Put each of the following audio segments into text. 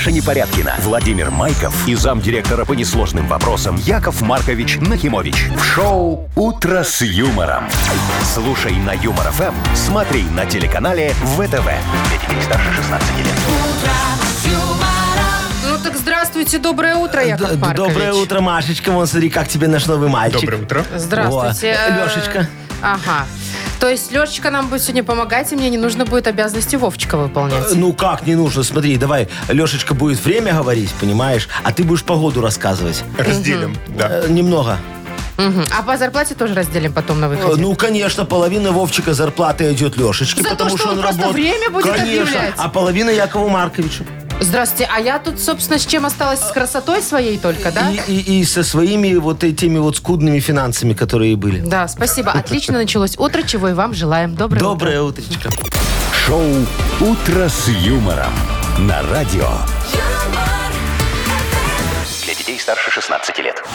Маша Непорядкина, Владимир Майков и замдиректора по несложным вопросам Яков Маркович Нахимович. В шоу «Утро с юмором». Слушай на Юмор ФМ, смотри на телеканале ВТВ. Для детей старше 16 лет. Ну так здравствуйте, доброе утро, Яков Маркович. Доброе утро, Машечка. Вон, смотри, как тебе наш новый мальчик. Доброе утро. Здравствуйте. Лешечка. Ага. То есть Лешечка нам будет сегодня помогать, и мне не нужно будет обязанности Вовчика выполнять. Ну как не нужно? Смотри, давай, Лешечка будет время говорить, понимаешь? А ты будешь погоду рассказывать. Разделим, да. Немного. Мгм. А по зарплате тоже разделим потом на выходе. Ну, конечно, половина Вовчика зарплаты идет Лешечке, За то, потому что он он просто работает. время будет Конечно. объявлять. А половина Якову Марковичу. Здравствуйте, а я тут, собственно, с чем осталась? С красотой своей только, да? И со своими вот этими вот скудными финансами, которые были. Да, спасибо. Отлично началось утро, чего и вам желаем. Доброе утречко. Шоу «Утро с юмором» на радио. Для детей старше 16 лет.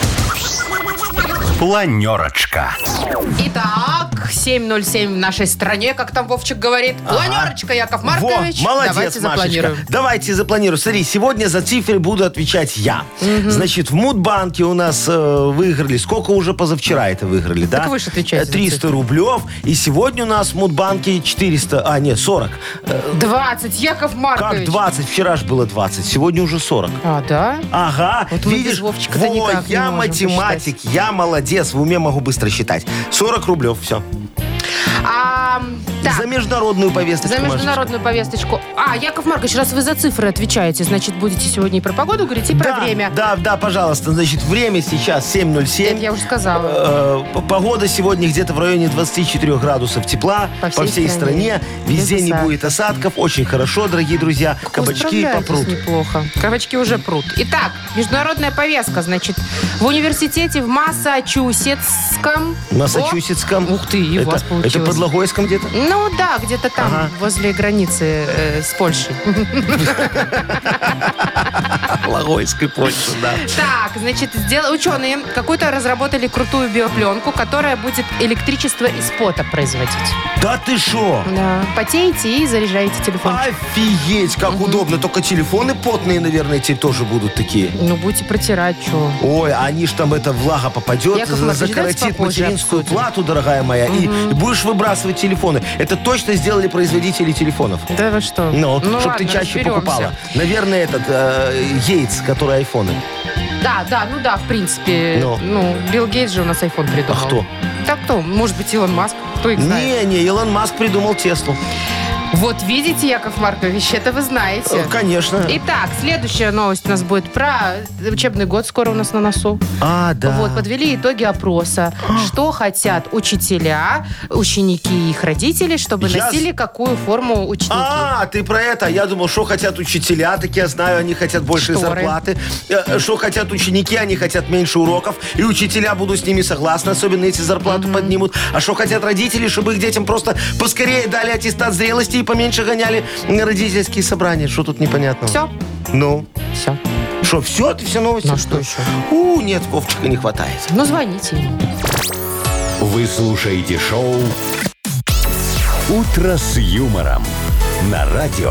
Планерочка. Итак, 7:07 в нашей стране, как там Вовчик говорит. Планерочка, Яков Маркович. Во, молодец, Давайте Машечка. запланируем. Давайте запланируем. Смотри, сегодня за цифры буду отвечать я. Значит, в Мудбанке у нас выиграли. Сколько уже позавчера это выиграли, да? Так вы ж отвечаете за 300 цифры. рублев. И сегодня у нас в Мудбанке 40. 20, Яков Как Маркович. 20? Вчера ж было 20. Сегодня уже 40. А, да? Ага, Вот мы без видишь, Вовчика-то никак не я можем математик, я молодец, в уме могу быстро считать. 40 рублев, все. Так, За международную повесточку, за международную повесточку. Яков Маркович, раз вы за цифры отвечаете, значит, будете сегодня и про погоду говорить, и про время. Да, пожалуйста. Значит, время сейчас 7:07. Это я уже сказала. Погода сегодня где-то в районе 24 градусов тепла По по всей всей стране. Без Везде не осадков. будет осадков. Очень хорошо, дорогие друзья. Вы Кабачки справляетесь попрут. неплохо. Кабачки уже прут. Итак, международная повестка. Значит, в университете в Массачусетском. Массачусетском. Ух ты, и у вас получилось. Это под Логойском где-то? Ну да, где-то там, Ага. возле границы с Польшей. Логойской Польши, да. Так, значит, ученые какую-то разработали крутую биопленку, которая будет электричество из пота производить. Да ты шо? Да. Потеете и заряжаете телефон. Офигеть, как удобно. Только телефоны потные, наверное, теперь тоже будут такие. Ну, будете протирать, что? Ой, они ж там, эта влага попадет, Яков Маркович, давайте закоротит попозже материнскую обсудим. плату, дорогая моя, и будешь выбрасывать телефоны. Это точно сделали производители телефонов. Да вы что? Ну, чтобы ладно, ты чаще разберемся. покупала. Наверное, этот Йейтс, который айфоны. Да, в принципе. Ну. Билл Гейтс же у нас iPhone придумал. А кто? Так кто? Может быть, Илон Маск? Кто их знает? Не, Илон Маск придумал Теслу. Вот видите, Яков Маркович, это вы знаете. Конечно. Итак, следующая новость у нас будет про учебный год скоро у нас на носу. Да. Вот, подвели итоги опроса. Что хотят учителя, ученики и их родители, чтобы носили какую форму ученики. Ты про это? Я думал, что хотят учителя, так я знаю, они хотят больше Шторы. зарплаты. Что хотят ученики, они хотят меньше уроков. И учителя будут с ними согласны, особенно если зарплату поднимут. А что хотят родители, чтобы их детям просто поскорее дали аттестат зрелости и поменьше гоняли на родительские собрания. Что тут непонятного? Все? Ну? Все. Что, все? Это все новости? Ну, а что еще? Нет, Вовчика не хватает. Ну, звоните ему. Вы слушаете шоу «Утро с юмором» на радио.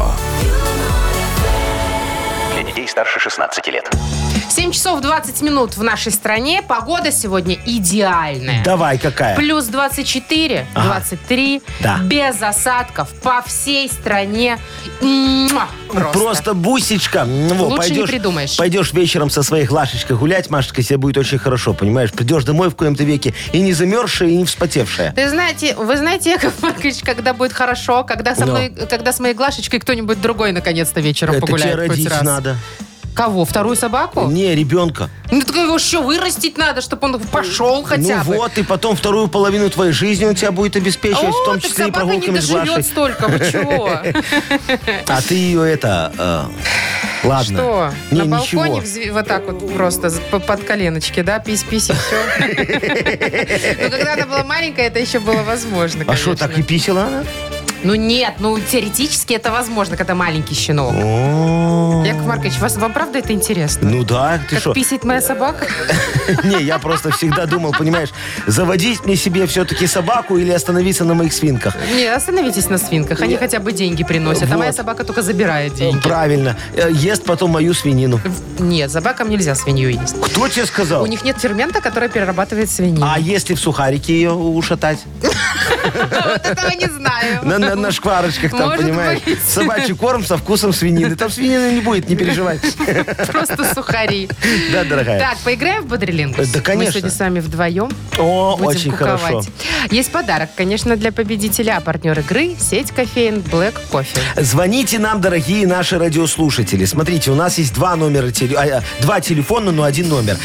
Для детей старше 16 лет. 7 часов 20 минут в нашей стране. Погода сегодня идеальная. Давай, какая? Плюс 24, 23. Да. Без осадков по всей стране. Просто бусечка. Лучше не придумаешь. Пойдешь вечером со своей Глашечкой гулять, Машечка, себе будет очень хорошо, понимаешь? Придешь домой в коем-то веке и не замерзшая, и не вспотевшая. Вы знаете, Яков Маркович, когда будет хорошо, когда с моей Глашечкой кто-нибудь другой наконец-то вечером Это погуляет тебе хоть родить раз. надо. Кого? Вторую собаку? Не, ребенка. Ну, так его еще вырастить надо, чтобы он пошел хотя бы. Ну вот, и потом вторую половину твоей жизни он тебя будет обеспечивать, в том так числе и собака не прогулками с Глашей. доживет столько, вы чего? А ты ее ладно. Что? Не, На балконе ничего. вот так вот просто под коленочки, да? Пись-пись и все. Но когда она была маленькая, это еще было возможно, А что, конечно. так и писала она? Ну нет, теоретически это возможно, когда маленький щенок. Яков Маркович, вам правда это интересно? Ну да, ты что? Как писает моя собака? Не, я просто всегда думал, понимаешь, заводить мне себе все-таки собаку или остановиться на моих свинках. Не, остановитесь на свинках, они хотя бы деньги приносят, а моя собака только забирает деньги. Правильно. Ест потом мою свинину. Нет, собакам нельзя свинью есть. Кто тебе сказал? У них нет фермента, который перерабатывает свинину. А если в сухарики ее ушатать? Вот этого не знаю. На шкварочках там, Может понимаешь? быть. Собачий корм со вкусом свинины. Там свинины не будет, не переживай. Просто сухари. Да, дорогая. Так, поиграем в Бодрилингус? Да, конечно. Мы сегодня с вами вдвоем. О, будем очень куковать. хорошо. Есть подарок, конечно, для победителя. А партнер игры – сеть кофеин Black Coffee. Звоните нам, дорогие наши радиослушатели. Смотрите, у нас есть два телефона, но один номер.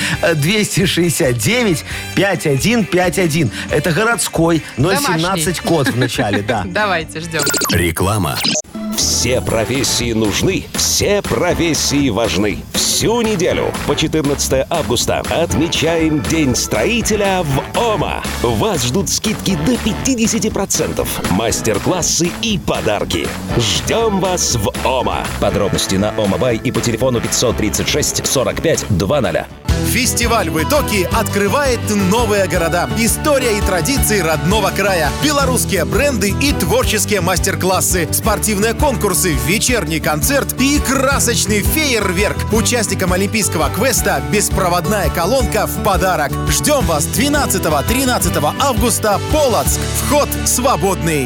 269-5151. Это городской, но Домашний. 17 код в начале, да. Давайте, ждем. Реклама. Все профессии нужны, все профессии важны. Всю неделю по 14 августа отмечаем День строителя в ОМА. Вас ждут скидки до 50%, мастер-классы и подарки. Ждем вас в ОМА. Подробности на ОМАБай и по телефону 536 45 20. Фестиваль в итоге открывает новые города. История и традиции родного края. Белорусские бренды и творческие мастер-классы. Спортивные конкурсы, вечерний концерт и красочный фейерверк. Участникам Олимпийского квеста беспроводная колонка в подарок. Ждем вас 12-13 августа. Полоцк. Вход свободный.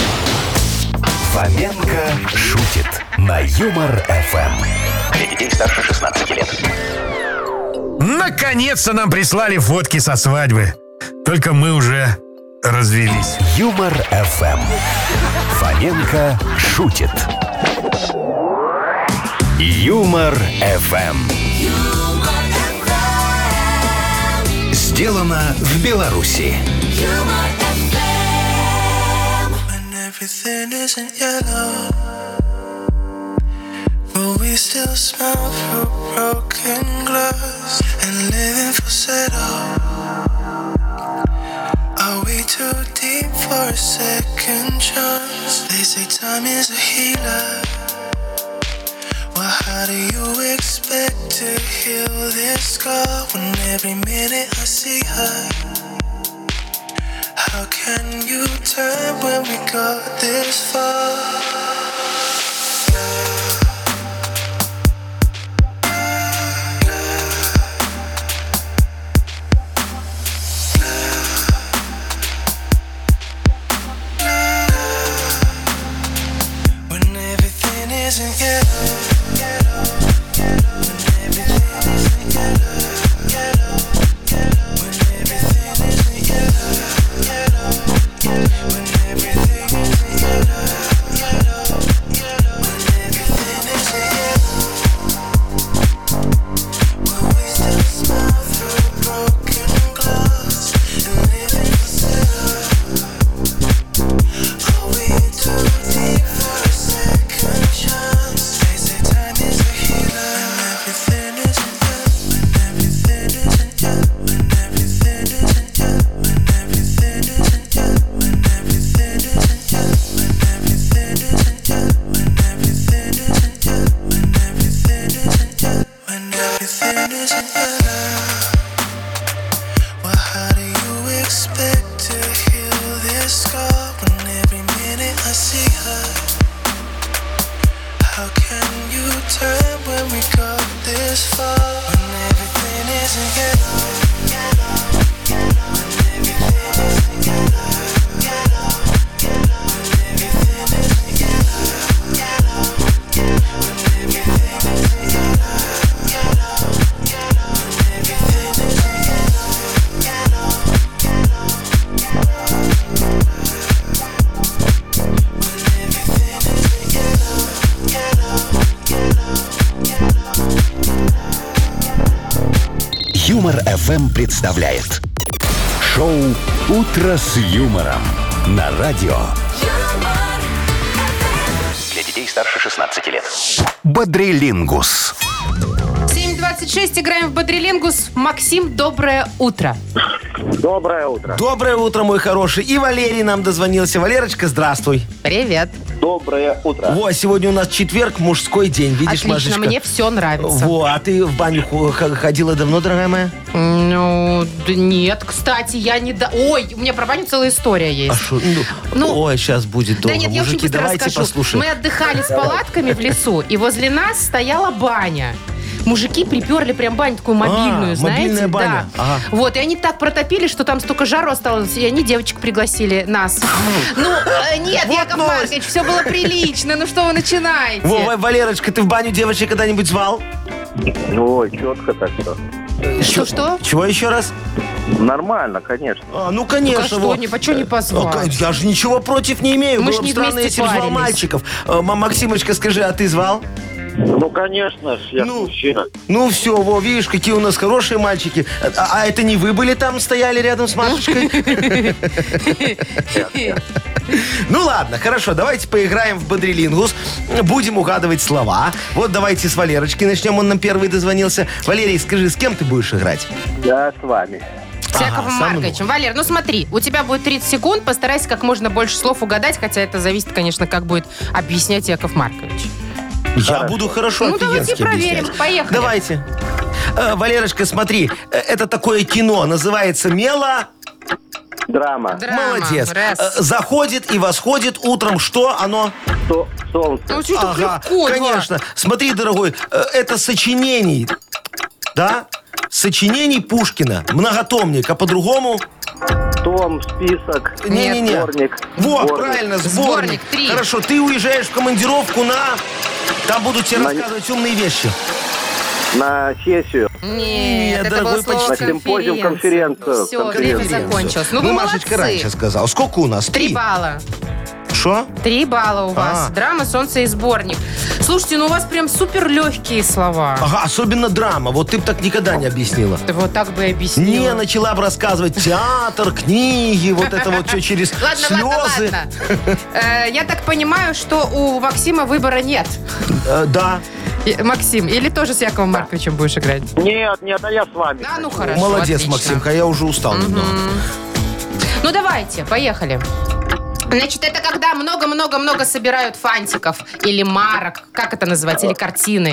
Фоменко шутит на Юмор-ФМ. Для детей старше 16 лет. Наконец-то нам прислали фотки со свадьбы. Только мы уже развелись. Юмор-ФМ. Фоменко шутит. Юмор-ФМ. Сделано в Беларуси. We still smile through broken glass and living for settle. Are we too deep for a second chance? They say time is a healer. Well, how do you expect to heal this scar when every minute I see her? How can you turn when we got this far? Isn't yellow, yellow, yellow. When everything isn't yellow, yellow, yellow. When everything isn't yellow, yellow, yellow. When everything isn't yellow, yellow, yellow. When everything isn't yellow. Will we still smile through broken glass and living for settle? Are we too deep for a second chance? They say time is a healer. When everything isn't yet, when everything isn't yet, when everything isn't yet, when everything isn't yet, when everything isn't yet, when everything isn't yet, when everything isn't yet, when everything isn't yet. Well, how do you expect to heal this scar when every minute I see her? How can you turn when we got this far? When everything isn't yellow, yellow, yellow. When everything isn't yellow, yellow, yellow. When everything isn't yellow, yellow, yellow. When everything isn't yellow, yellow, yellow. When everything isn't yellow, yellow, yellow. When everything isn't yellow, Юмор-ФМ представляет шоу «Утро с юмором» на радио. Для детей старше 16 лет. Бодрилингус. 9:26, играем в Бодрилингус. Максим, доброе утро. Доброе утро. Доброе утро, мой хороший. И Валерий нам дозвонился. Валерочка, здравствуй. Привет. Доброе утро. Во, сегодня у нас четверг, мужской день. Видишь, Отлично, Машечка? мне все нравится. Во, а ты в баню ходила давно, дорогая моя? Ну, да нет, кстати, я не... Ой, у меня про баню целая история есть. Ой, сейчас будет долго. Да нет, я очень Мужики, быстро давайте расскажу. послушаем. Мы отдыхали с палатками в лесу, и возле нас стояла баня. Мужики приперли прям баню такую мобильную, знаете? мобильная баня. Да. Ага. Вот, и они так протопили, что там столько жару осталось, и они девочек пригласили, нас. Ну, нет, Вот Яков новость. Маркович, все было прилично, ну что вы начинаете? Во, Валерочка, ты в баню девочек когда-нибудь звал? Ой, четко так-то. Что? Чего еще раз? Нормально, конечно. Ну, конечно. Ну, а что, во. почему не позвать? Я же ничего против не имею. Мы ж Было бы не странно, вместе если бы звал парились. мальчиков. Максимочка, скажи, а ты звал? Ну, конечно ж, я Ну. мужчина. Ну все, во, видишь, какие у нас хорошие мальчики. А это не вы были там, стояли рядом с Машечкой? Ну ладно, хорошо, давайте поиграем в Бодрилингус. Будем угадывать слова. Вот давайте с Валерочки начнем, он нам первый дозвонился. Валерий, скажи, с кем ты будешь играть? Я с вами. С Яковом со мной. Марковичем. Валер, ну смотри, у тебя будет 30 секунд, постарайся как можно больше слов угадать, хотя это зависит, конечно, как будет объяснять Яков Маркович. Я буду хорошо, Ну, давайте офигенски проверим. объяснять. Поехали. Давайте. Валерочка, смотри, это такое кино, называется «Мело». Драма. Драма. Молодец. Раз. Заходит и восходит утром. Что оно? Солнце. Ну, что так Ага, легко, конечно. Смотри, дорогой, это сочинений, да? Сочинений Пушкина. Многотомник, а по-другому... Том, список. Не-не-не. Сборник. Во, Сборник. правильно, Сборник, сборник. 3. Хорошо, ты уезжаешь в командировку на... Там будут тебе На- рассказывать умные вещи. На сессию. Нет, это дорогой, было слово почти. На симпозиум, конференцию. Все, время закончилось. Ну, вы Машечка молодцы. раньше сказала. Сколько у нас? 3 балла. Что? 3 балла у вас. А. Драма, солнце и сборник. Слушайте, ну у вас прям супер легкие слова. Ага, особенно драма. Вот ты бы так никогда не объяснила. Ты вот так бы и объяснила. Не, начала бы рассказывать театр, книги, вот это вот все через слезы. Ладно. Я так понимаю, что у Максима выбора нет. Да. Максим, или тоже с Яковом Марковичем будешь играть? Нет, а я с вами. Да, ну хорошо, Молодец, отлично. Максимка, я уже устал немного. Ну давайте, поехали. Значит, это когда много-много-много собирают фантиков или марок, как это называется, или картины.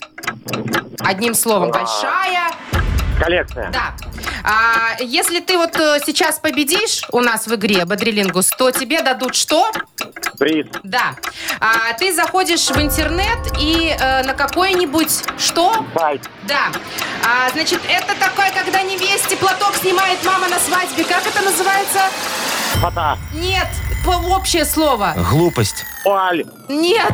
Одним словом, большая... Коллекция. Да. Если ты вот сейчас победишь у нас в игре Бодрилингус, то тебе дадут что? Приз. Да. Ты заходишь в интернет и на какой-нибудь что? Сайт. Да. Значит, это такое, когда невесте платок снимает мама на свадьбе. Как это называется? Фото. Нет, общее слово. Глупость. Вуаль. Нет.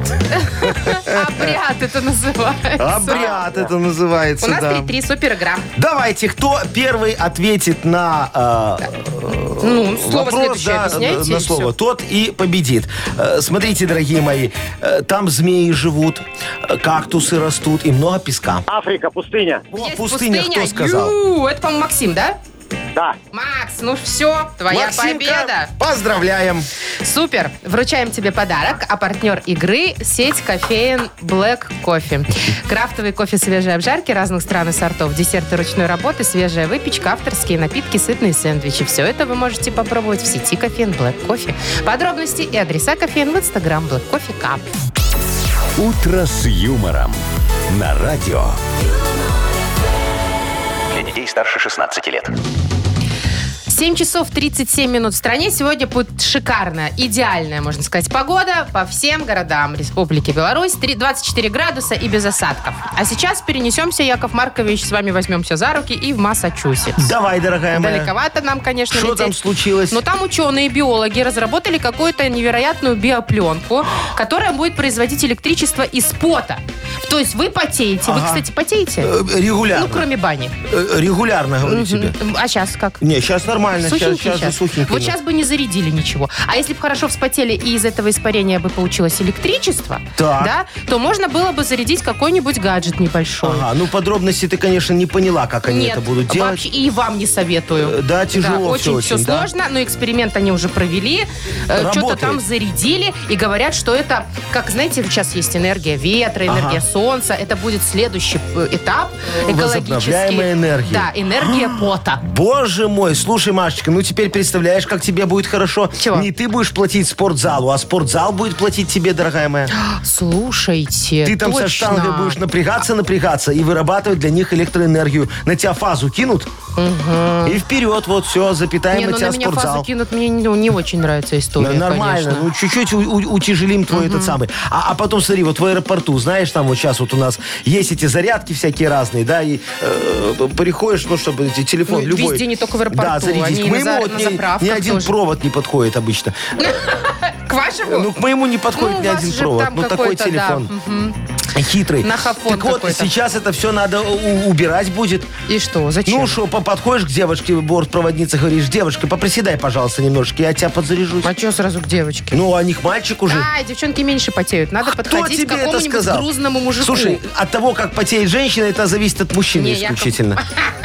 Обряд это называется. Обряд это называется, У нас да. 3-3, супер игра. Давайте, кто первый ответит на Ну, слово вопрос, следующее да, объясняйте. на и слово, всё. тот и победит. Смотрите, дорогие мои, там змеи живут, кактусы растут и много песка. Африка, пустыня. О, Есть пустыня, кто сказал? Это, по-моему, Максим, да? Да. Макс, ну все, твоя Максимка, победа. поздравляем. Супер. Вручаем тебе подарок. А партнер игры – сеть кофеен Black Coffee. Крафтовый кофе свежей обжарки разных стран и сортов, десерты ручной работы, свежая выпечка, авторские напитки, сытные сэндвичи. Все это вы можете попробовать в сети кофеен Black Coffee. Подробности и адреса кофеен в Instagram Black Coffee Cup. «Утро с юмором» на радио. Для детей старше 16 лет. 7 часов 37 минут в стране. Сегодня будет шикарная, идеальная, можно сказать, погода по всем городам Республики Беларусь. 24 градуса и без осадков. А сейчас перенесемся, Яков Маркович, с вами возьмемся за руки и в Массачусетс. Давай, дорогая моя. Далековато нам, конечно, Что там лететь. случилось? Но там ученые, биологи разработали какую-то невероятную биопленку, которая будет производить электричество из пота. То есть вы потеете. Вы, Ага. кстати, потеете? Регулярно. Ну, кроме бани. Регулярно, говорю тебе. А сейчас как? Не, сейчас нормально. нормально. Сухенькие Сейчас же сейчас. сухенькие. Вот сейчас бы не зарядили ничего. А если бы хорошо вспотели и из этого испарения бы получилось электричество, Так. да, то можно было бы зарядить какой-нибудь гаджет небольшой. Ага, ну подробности ты, конечно, не поняла, как они Нет, это будут делать. вообще и вам не советую. Да, тяжело очень всё очень, да? сложно, но эксперимент они уже провели. Что-то Работает. там зарядили и говорят, что это, как, знаете, сейчас есть энергия ветра, энергия солнца. Это будет следующий этап экологический. Возобновляемая энергия. Да, энергия пота. Боже мой, слушай, Машечка, ну теперь представляешь, как тебе будет хорошо. Чего? Не ты будешь платить спортзалу, а спортзал будет платить тебе, дорогая моя. Слушайте, Ты там со точно. штангой будешь напрягаться и вырабатывать для них электроэнергию. На тебя фазу кинут, и вперед, вот все, запитаем Не, на ну тебя на меня спортзал. фазу кинут, мне не очень нравится история, Нормально, конечно. ну чуть-чуть утяжелим твой этот самый. А потом смотри, вот в аэропорту, знаешь, там вот сейчас вот у нас есть эти зарядки всякие разные, да, и приходишь, ну, чтобы телефон Ну, любой. везде, не только в аэропорту, Да, зарядить. они К моему на вот заправках ни один тоже. провод не подходит обычно. К вашему? Ну, к моему не подходит Ну, ни у вас один же провод. там Ну, такой какой-то, телефон. да. Хитрый. Нахафон Так вот, какой-то. сейчас это все надо убирать будет. И что, зачем? Ну что, подходишь к девочке, бортпроводнице, говоришь, девушка, поприседай, пожалуйста, немножечко, я тебя подзаряжусь. А что сразу к девочке? Ну, а не к мальчику же. А, девчонки меньше потеют. Надо Кто подходить к тебе это какому-нибудь сказал? грузному мужику. Слушай, от того, как потеет женщина, это зависит от мужчины Не, Яков- исключительно.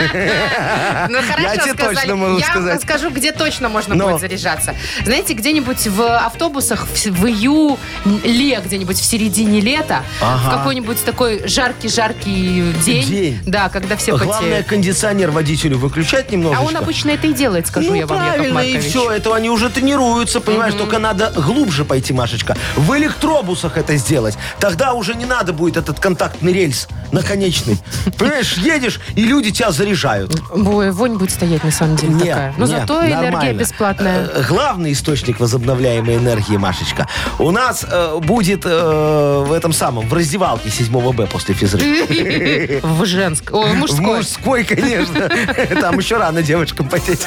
Ну, хорошо тебе сказали. точно могу Я вам сказать. скажу, где точно можно Но. будет заряжаться. Знаете, где-нибудь в автобусах в июле, где-нибудь в середине лета, в какой-нибудь такой жаркий день. Да, когда все Главное, потеют. кондиционер водителю выключать А немножечко. он обычно это и делает, скажу Ну, я вам, Яков правильно, и Маркович. все, это они уже тренируются, понимаешь, только надо глубже пойти, Машечка. В электробусах это сделать. Тогда уже не надо будет этот контактный рельс наконечный. Понимаешь, едешь, и люди тебя заряжают. Ой, вонь будет стоять, на самом деле, Не, такая. Но не, зато энергия нормально. бесплатная. Главный источник возобновляемой энергии, Машечка, у нас будет в этом самом, в раздевалке 7 Б после физры. В женской. Ой, в В мужской. мужской, конечно. Там еще рано девочкам потеть.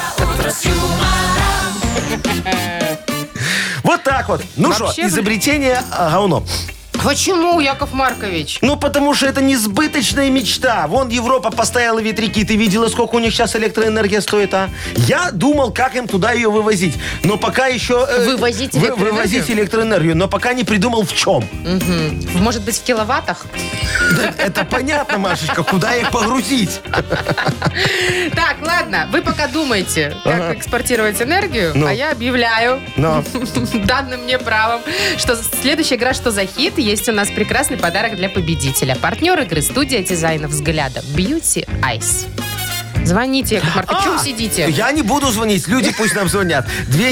Вот так вот. Ну что, Вообще, изобретение говно. Почему, Яков Маркович? Ну, потому что это несбыточная мечта. Вон Европа поставила ветряки. Ты видела, сколько у них сейчас электроэнергия стоит, а? Я думал, как им туда ее вывозить. Но пока еще... Вывозить электроэнергию? Вывозить электроэнергию. Но пока не придумал, в чем. Может быть, в киловаттах? Это понятно, Машечка. Куда их погрузить? Так, ладно, вы пока думаете, как экспортировать энергию, Ну. а я объявляю Но. данным мне правом, что следующая игра «Что за хит?» есть у нас прекрасный подарок для победителя. Партнер игры — студия дизайна взгляда Beauty Eyes. Звоните, Яков Маркович, чего вы сидите? Я не буду звонить, люди пусть нам звонят.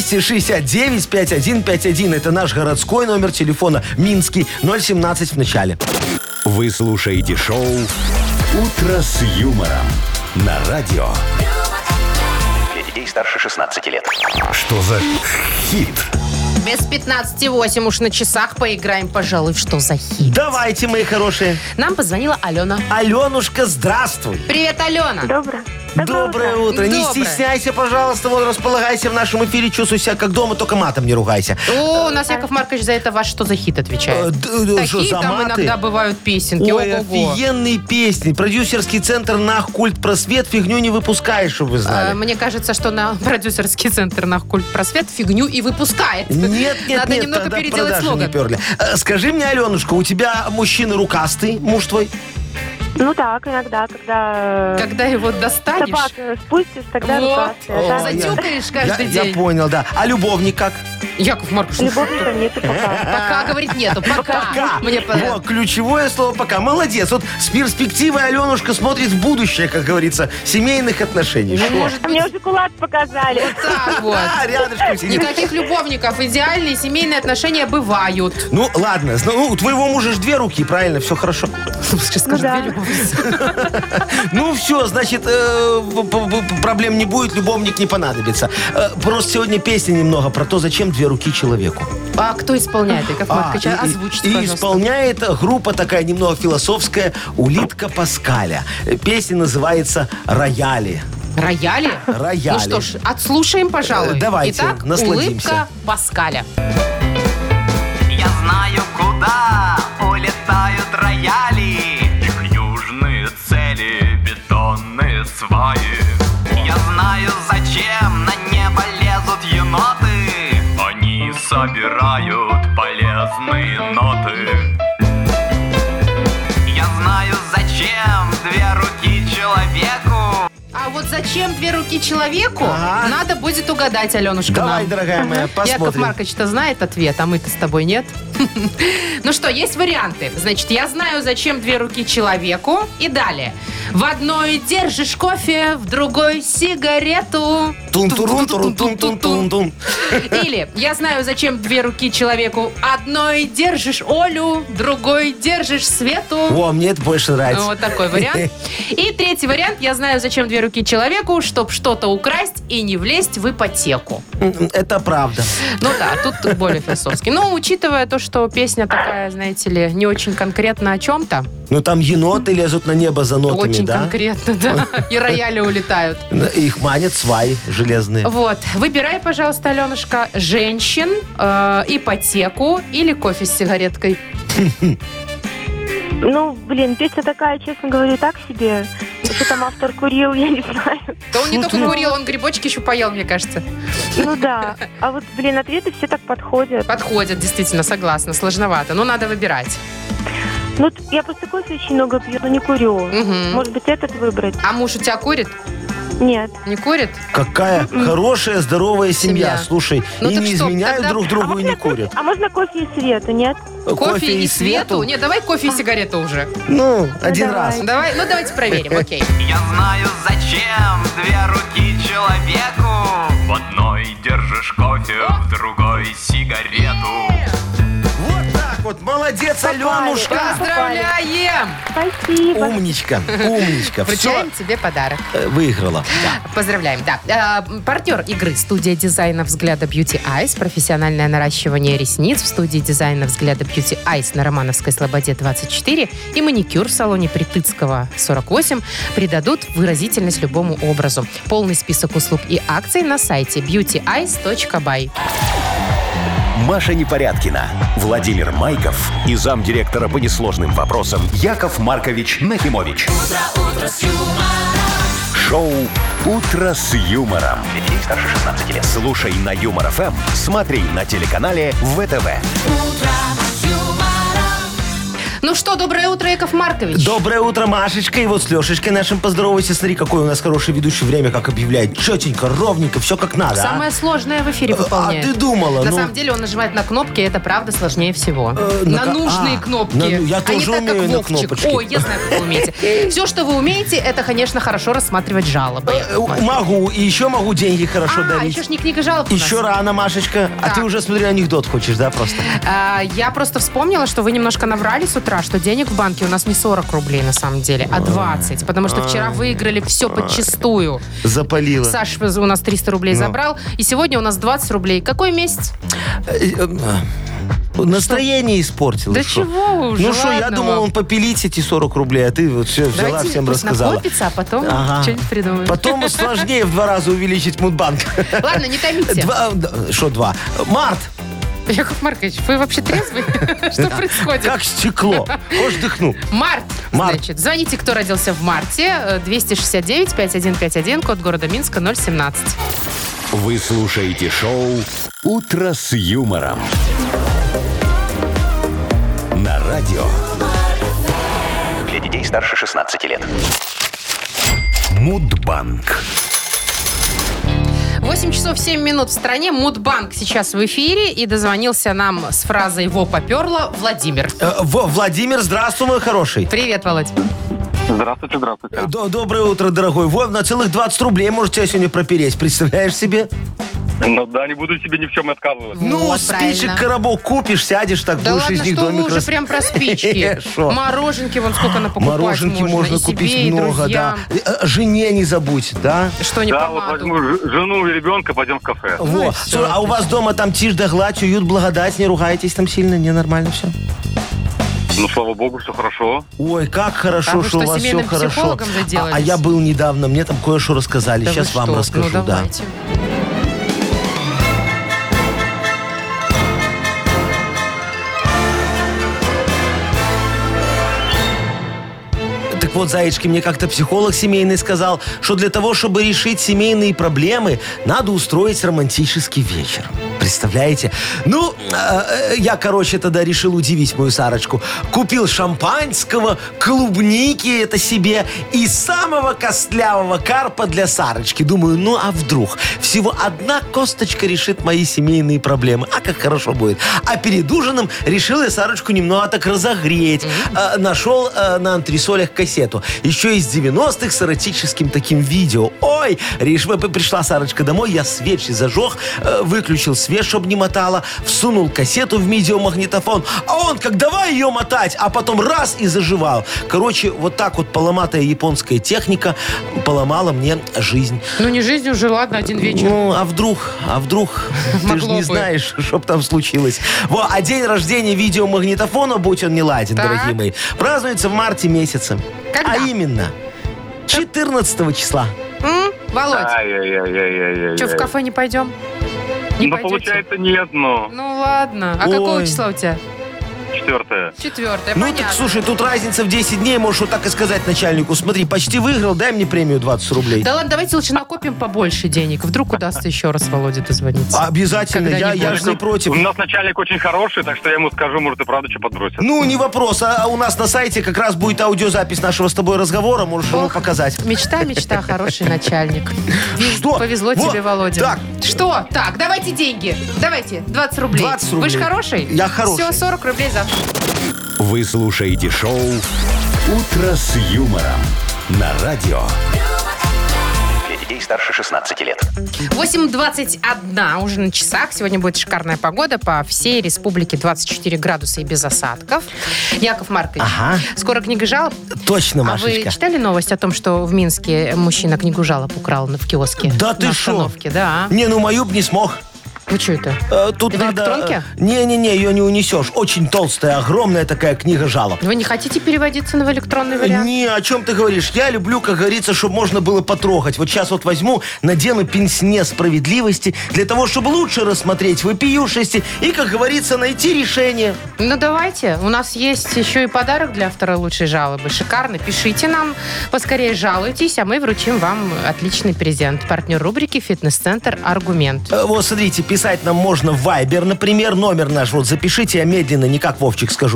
269-5151, это наш городской номер телефона, Минский, 017 в начале. Вы слушаете шоу «Утро с юмором» на радио. Для детей старше 16 лет. Что за хит? Без 15:08 уж на часах поиграем, пожалуй, в «Что за хит?». Давайте, мои хорошие. Нам позвонила Алена. Аленушка, здравствуй. Привет, Алена. Доброе утро. Не Доброе. стесняйся, пожалуйста, вот располагайся в нашем эфире, чувствуй себя как дома, только матом не ругайся. О, у нас Яков Маркович за это ваш «Что за хит?» отвечает. Что, Такие за там маты? иногда бывают песенки. Ой, Ого-го. офигенные песни. Продюсерский центр «Нах Культ Просвет» фигню не выпускаешь, чтобы вы знали. Мне кажется, что на продюсерский центр «Нах Культ Просвет» фигню и выпускает. Нет, Надо немного тогда переделать продажи слоган. не перли. Скажи мне, Аленушка, у тебя мужчина рукастый, муж твой? Ну так, иногда, когда Когда его достанешь, собак спустишь, тогда вот, рукастая. Да. затюкаешь каждый Я день. понял, да. А любовник как? Яков Маркович, ну что Любовника ты? нету пока. Пока, говорит, нету. Пока. Мне Вот, понравилось. ключевое слово «пока». Молодец. Вот с перспективой Аленушка смотрит в будущее, как говорится, семейных отношений. Что? Может А мне уже кулак показали. так вот. А, рядышком сидит. Никаких любовников. Идеальные семейные отношения бывают. Ну, ладно. Ну, у твоего мужа ж 2 руки, правильно? Все хорошо. Скажи, да. две любовницы. Ну, все, значит, проблем не будет, любовник не понадобится. Просто сегодня песни немного про то, зачем 2 руки человеку. А кто исполняет, Яков Маркович? Озвучите, и пожалуйста. исполняет группа такая немного философская «Улитка Паскаля». Песня называется «Рояли». Рояли? Рояли. Ну что ж, отслушаем, пожалуй. Давайте, Итак, насладимся. улыбка Паскаля. Я знаю, куда улетают рояли. Их южные цели, бетонные сваи. Я знаю, зачем на играют полезные ноты. Я знаю, зачем две руки человеку. А вот зачем две руки человеку, Ага. надо будет угадать, Аленушка. Давай, нам. дорогая моя, Яков посмотрим. Маркович-то знает ответ, а мы-то с тобой нет. Ну что, есть варианты. Значит, я знаю, зачем две руки человеку. И далее. В одной держишь кофе, в другой сигарету. Тун-турун-турун-тун-тун-тун-тун. Или я знаю, зачем две руки человеку. Одной держишь Олю, другой держишь Свету. О, мне это больше нравится. Вот такой вариант. И третий вариант. Я знаю, зачем две руки человеку, чтобы что-то украсть и не влезть в ипотеку. Это правда. Ну да, тут более философски. Но учитывая то, что песня такая, знаете ли, не очень конкретно о чем-то. Ну, там еноты лезут на небо за нотами, Очень да? конкретно, да. И рояли улетают. Их манят сваи железные. Вот. Выбирай, пожалуйста, Аленушка, женщин, ипотеку или кофе с сигареткой. Ну, блин, песня такая, честно говоря, так себе. Что там автор курил, я не знаю. Да он не только курил, он грибочки еще поел, мне кажется. Ну да. А вот, блин, ответы все так подходят. Подходит, действительно, согласна. Сложновато, но надо выбирать. Ну, я просто кофе очень много пью, но не курю. Мгм. Может быть, этот выбрать? А муж у тебя курит? Нет. Не курит? Какая хорошая, здоровая семья. Семья. Слушай, Ну и так не что, изменяют тогда- друг другу и не курят. А можно кофе и свету, нет? Кофе и свету? Нет, давай кофе и сигарету уже. Ну, один давай. раз. Давай, ну давайте проверим, окей. Я знаю, зачем две руки человеку. В одной держишь кофе, в другой сигарету. Вот так вот. Молодец, Аленушка. Поздравляем! Спасибо. Умничка, умничка. Все, Вручаем тебе подарок. выиграла. Поздравляем, да. Партнер игры студия дизайна «Взгляда Beauty Eyes». Профессиональное наращивание ресниц в студии дизайна «Взгляда Beauty Eyes» на Романовской Слободе 24 и маникюр в салоне Притыцкого 48 придадут выразительность любому образу. Полный список услуг и акций на сайте beautyeyes.by. Маша Непорядкина, Владимир Майков и замдиректора по несложным вопросам Яков Маркович Нахимович. Шоу «Утро с юмором». Для детей старше 16 лет. Слушай на Юмор ФМ, смотри на телеканале ВТВ. Ну что, доброе утро, Яков Маркович. Доброе утро, Машечка. И вот с Лешечкой нашим поздоровайся. Смотри, какой у нас хороший ведущий. Время как объявляет. Четенько, ровненько, все как надо. Самое сложное в эфире выполняет. А ты думала? На Ну, самом деле он нажимает на кнопки, и это правда сложнее всего. На на нужные кнопки. я а тоже не так, как умею на Вовчик. кнопочки. Ой, я знаю, как вы умеете. Все, что вы умеете, это, конечно, хорошо рассматривать жалобы. Яков Маркович. Могу. И еще могу деньги хорошо дарить. еще ж не книга жалоб у нас. Еще рано, Машечка. А Так. ты уже, смотри, анекдот хочешь, да, просто? Я просто вспомнила, что вы немножко наврали с утра, что денег в банке у нас не 40 рублей на самом деле, а 20. Потому что вчера выиграли все подчистую. Запалила. Саш у нас 300 рублей забрал, и сегодня у нас 20 рублей. Какой месяц? Настроение испортил. Да шо? чего вы уже, Ну что, я ладно думал, вам. он попилить эти 40 рублей, а ты вот все взяла, Давайте всем пусть рассказала. накопится, а потом Ага. что-нибудь придумаем. Потом сложнее в 2 раза увеличить Мудбанк. Ладно, не томите. Что 2? Март, Яков Маркович, вы вообще трезвый? Что происходит? как стекло. Хочешь, дыхну. Март. Март. Значит, звоните, кто родился в марте. 269-5151, код города Минска, 017. Вы слушаете шоу «Утро с юмором». На радио. Для детей старше 16 лет. Мудбанк. 8 часов 7 минут в стране. Мудбанк сейчас в эфире. И дозвонился нам с фразой «Во поперло» Владимир. Владимир, здравствуй, мой хороший. Привет, Володь. Здравствуйте, здравствуйте. Доброе утро, дорогой. Вов, на целых 20 рублей может тебя сегодня пропереть. Представляешь себе? Ну да, не буду себе ни в чем отказывать. Ну, Вот, спичек, правильно. коробок купишь, сядешь, так Да будешь ладно, из них что вы домик уже прям про спички. Шо? Мороженки вон сколько напокупать Мороженки можно и себе, купить и много, друзьям. да. Жене не забудь, да? Что не Да, вот помаду. возьму жену и ребенка, пойдем в кафе. Во. и всё, Слушай, а у вас дома там тишь да гладь, уют, благодать, не ругаетесь там сильно, не нормально все? Ну, слава богу, все хорошо. Ой, как А хорошо, вы что у что, вас все семейным хорошо. психологом заделались? А я был недавно, мне там кое-что рассказали. Да вы Сейчас вам что? расскажу, Ну, да. давайте. Так Так вот, зайчки, мне как-то психолог семейный сказал, что для того, чтобы решить семейные проблемы, надо устроить романтический вечер. Представляете? Ну, я, тогда решил удивить мою Сарочку. Купил шампанского, клубники это себе и самого костлявого карпа для Сарочки. Думаю, ну а вдруг? Всего одна косточка решит мои семейные проблемы. А как хорошо будет. А перед ужином решил я Сарочку немного так разогреть. Нашел на антресолях кассету. Еще из 90-х с эротическим таким видео. Ой, пришла Сарочка домой, я свечи зажег, выключил свет, чтобы не мотала, всунул кассету в видеомагнитофон, а он как давай ее мотать, а потом раз и заживал. Короче, вот так вот поломатая японская техника поломала мне жизнь. Ну, не жизнь уже, ладно, один вечер. Ну, а вдруг? Ты же не знаешь, что там случилось. А день рождения видеомагнитофона, будь он не ладен, Так. дорогие мои, празднуется в марте месяце. Когда? А именно 14 числа. Володь, Ай-яй-яй-яй-яй-яй. что, в кафе не пойдем? Не Ну, пойдете? получается, нет, но. Ну, ладно. А какого Ой. числа у тебя? 4-е. 4-е, Ну понятно. так, слушай, тут разница в 10 дней, можешь вот так и сказать начальнику. Смотри, почти выиграл, дай мне премию 20 рублей. Да ладно, давайте лучше накопим побольше денег. Вдруг удастся еще раз Володе дозвониться. Обязательно, я Когда-нибудь. же не против. У нас начальник очень хороший, так что я ему скажу, может, и правда что подбросит. Ну, не вопрос. А у нас на сайте как раз будет аудиозапись нашего с тобой разговора. Можешь ему Ох, показать. Мечта, хороший начальник. Что? Повезло Вот, тебе, Володя. так. Что? Так, давайте деньги. Давайте, 20 рублей. 20 Вы же рублей. хороший? Я хороший. Все, 40 рублей завтра. Вы слушаете шоу «Утро с юмором» на радио. Для детей старше 16 лет. 8:21 уже на часах. Сегодня будет шикарная погода по всей республике. 24 градуса и без осадков. Яков Маркович, Ага. скоро книга жалоб. Точно, А Машечка. вы читали новость о том, что в Минске мужчина книгу жалоб украл в киоске? Да ты на шо? остановке, да. Не, ну мою б не смог. Вы что это? Тут В надо... электронке? Не-не-не, ее не унесешь. Очень толстая, огромная такая книга жалоб. Вы не хотите переводиться на электронный вариант? Не, о чем ты говоришь? Я люблю, как говорится, чтобы можно было потрогать. Вот сейчас вот возьму, надену пенсне справедливости для того, чтобы лучше рассмотреть вопиюшести и, как говорится, найти решение. Ну, давайте. У нас есть еще и подарок для автора лучшей жалобы. Шикарно. Пишите нам, поскорее жалуйтесь, а мы вручим вам отличный презент. Партнер рубрики «Фитнес-центр Аргумент». Вот, смотрите, писать нам можно в Viber, например, номер наш, вот запишите, я медленно, не как Вовчик скажу.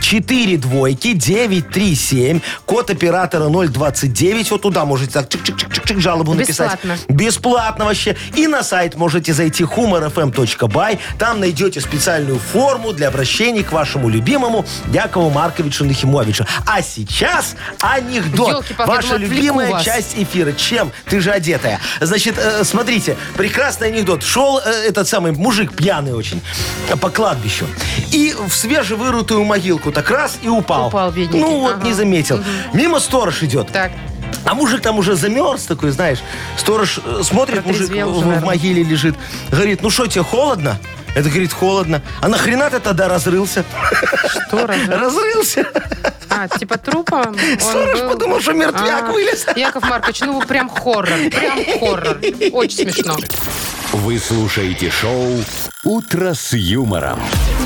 42937, код оператора 029, вот туда можете так чик-чик-чик-чик жалобу написать. Бесплатно. Бесплатно вообще. И на сайт можете зайти humorfm.by, там найдете специальную форму для обращений к вашему любимому Якову Марковичу Нахимовичу. А сейчас анекдот. Ёлки-палки, я Ваша думала, отвлеку любимая вас. часть эфира. Чем? Ты же одетая. Значит, смотрите, прекрасный анекдот. Шел этот самый мужик пьяный очень по кладбищу. И в свежевырытую могилку так раз и упал. Упал, бедненький. Ну вот, Ага. не заметил. Мимо сторож идет. Так. А мужик там уже замерз такой, знаешь. Сторож смотрит, мужик Протрезвел уже, в наверное. могиле лежит. Говорит, ну что, тебе холодно? Это, говорит, холодно. А нахрена ты тогда разрылся? Что, Разрылся. А, типа трупа? Он Сторож был- подумал, что мертвяк вылез. Яков Маркович, ну вы прям хоррор. Прям хоррор. Очень смешно. Вы слушаете шоу «Утро с юмором»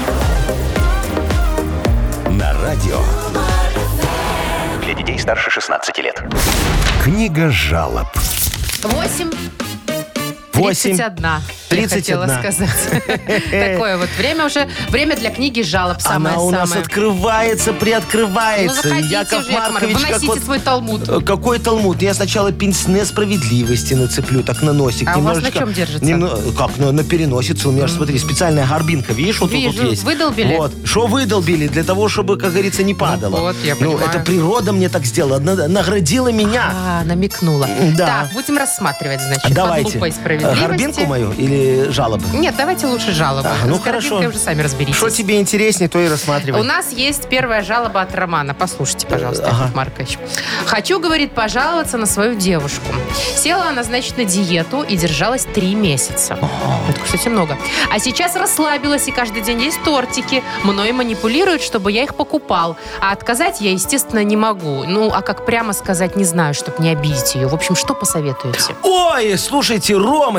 на радио. Для детей старше 16 лет. Книга жалоб. 8. 31. 31. Я хотела сказать. Такое вот время уже. Время для книги жалоб самое-самое. Она у нас открывается, Ну, приоткрывается. заходите Яков уже, Яков Маркович, Маркович, как выносите вот... свой талмуд. Какой талмуд? Я сначала пенсне справедливости нацеплю, так на носик. А у вас на Немножечко- чем держится? Как? На переносице. У меня же, смотри, специальная горбинка. Видишь, вот тут Вижу. вот есть. Выдолбили? Вот. Что выдолбили? Для того, чтобы, как говорится, не падало. вот, я Ну, понимаю. это природа мне так сделала. Наградила меня. А, намекнула. Да. Так, будем рассматривать, значит, Давайте. по глупой справедливости. Горбинку мою или жалобы? Нет, давайте лучше жалобы. Ага, ну С горбинкой хорошо. уже сами разберитесь. Что тебе интереснее, то и рассматривай. У нас есть первая жалоба от Романа. Послушайте, пожалуйста, Яков Маркович. Хочу, говорит, пожаловаться на свою девушку. Села она, значит, на диету и держалась 3 месяца. Это, кстати, много. А сейчас расслабилась и каждый день есть тортики. Мной манипулирует, чтобы я их покупал. А отказать я, естественно, не могу. Ну, а как прямо сказать, не знаю, чтобы не обидеть ее. В общем, что посоветуете? Ой, слушайте,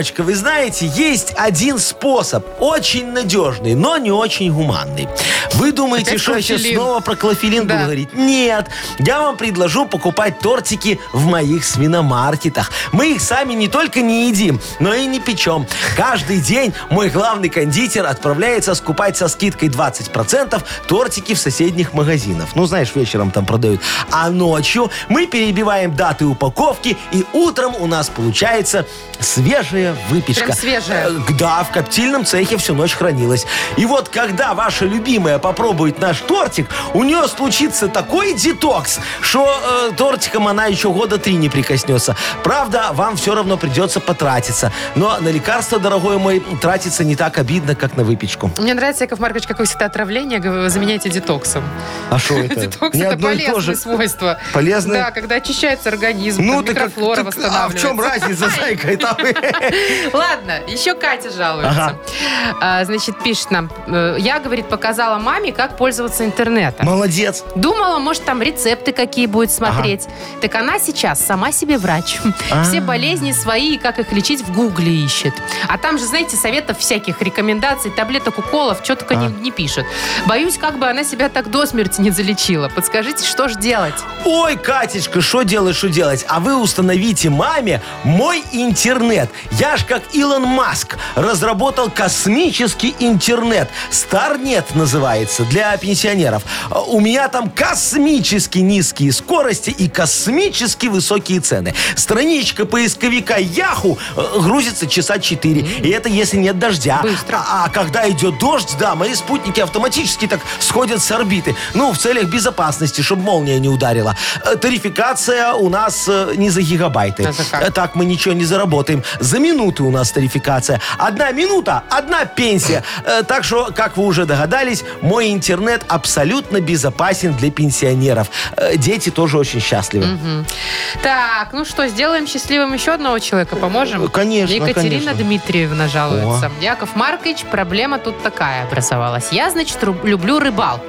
Машечка, вы знаете, есть один способ, очень надежный, но не очень гуманный. Вы думаете, Опять что я сейчас клофелин. снова про клофелин Да. буду говорить? Нет. Я вам предложу покупать тортики в моих свиномаркетах. Мы их сами не только не едим, но и не печем. Каждый день мой главный кондитер отправляется скупать со скидкой 20% тортики в соседних магазинах. Ну, знаешь, вечером там продают. А ночью мы перебиваем даты упаковки, и утром у нас получается свежая выпечка. Прям свежая? Да, в коптильном цехе всю ночь хранилась. И вот когда ваша любимая попробует наш тортик, у нее случится такой детокс, что тортиком она еще года 3 не прикоснется. Правда, вам все равно придется потратиться. Но на лекарства, дорогой мой, тратиться не так обидно, как на выпечку. Мне нравится, Яков Маркович, как вы всегда отравление вы заменяете детоксом. А что это? Детокс Не это одно и то полезное же. свойство. Полезное? Да, когда очищается организм, там, так микрофлора а в восстанавливается. чем разница, зайка? Это вы. Ладно, еще Катя жалуется. Значит, пишет нам. Я, говорит, показала маме, как пользоваться интернетом. Молодец. Думала, может, там рецепты какие будет смотреть. Так она сейчас сама себе врач. Все болезни свои и как их лечить в Гугле ищет. А там же, знаете, советов всяких, рекомендаций, таблеток, уколов, что только не пишет. Боюсь, как бы она себя так до смерти не залечила. Подскажите, что ж делать? Ой, Катечка, что делать? А вы установите маме мой интернет. Я ж как Илон Маск разработал космический интернет. Старнет называется, для пенсионеров. У меня там космически низкие скорости и космически высокие цены. Страничка поисковика Yahoo грузится часа 4. И это если нет дождя. Быстро. А когда идет дождь, да, мои спутники автоматически так сходят с орбиты. Ну, в целях безопасности, чтобы молния не ударила. Тарификация у нас не за гигабайты. А за как? Так мы ничего не заработаем. За минуты у нас тарификация. 1 минута, 1 пенсия. Так что, как вы уже догадались, мой интернет абсолютно безопасен для пенсионеров. Дети тоже очень счастливы. Так, ну что, сделаем счастливым еще одного человека, поможем? Конечно, Екатерина конечно. Дмитриевна жалуется. Яков Маркович, проблема тут такая образовалась. Я, значит, люблю рыбалку.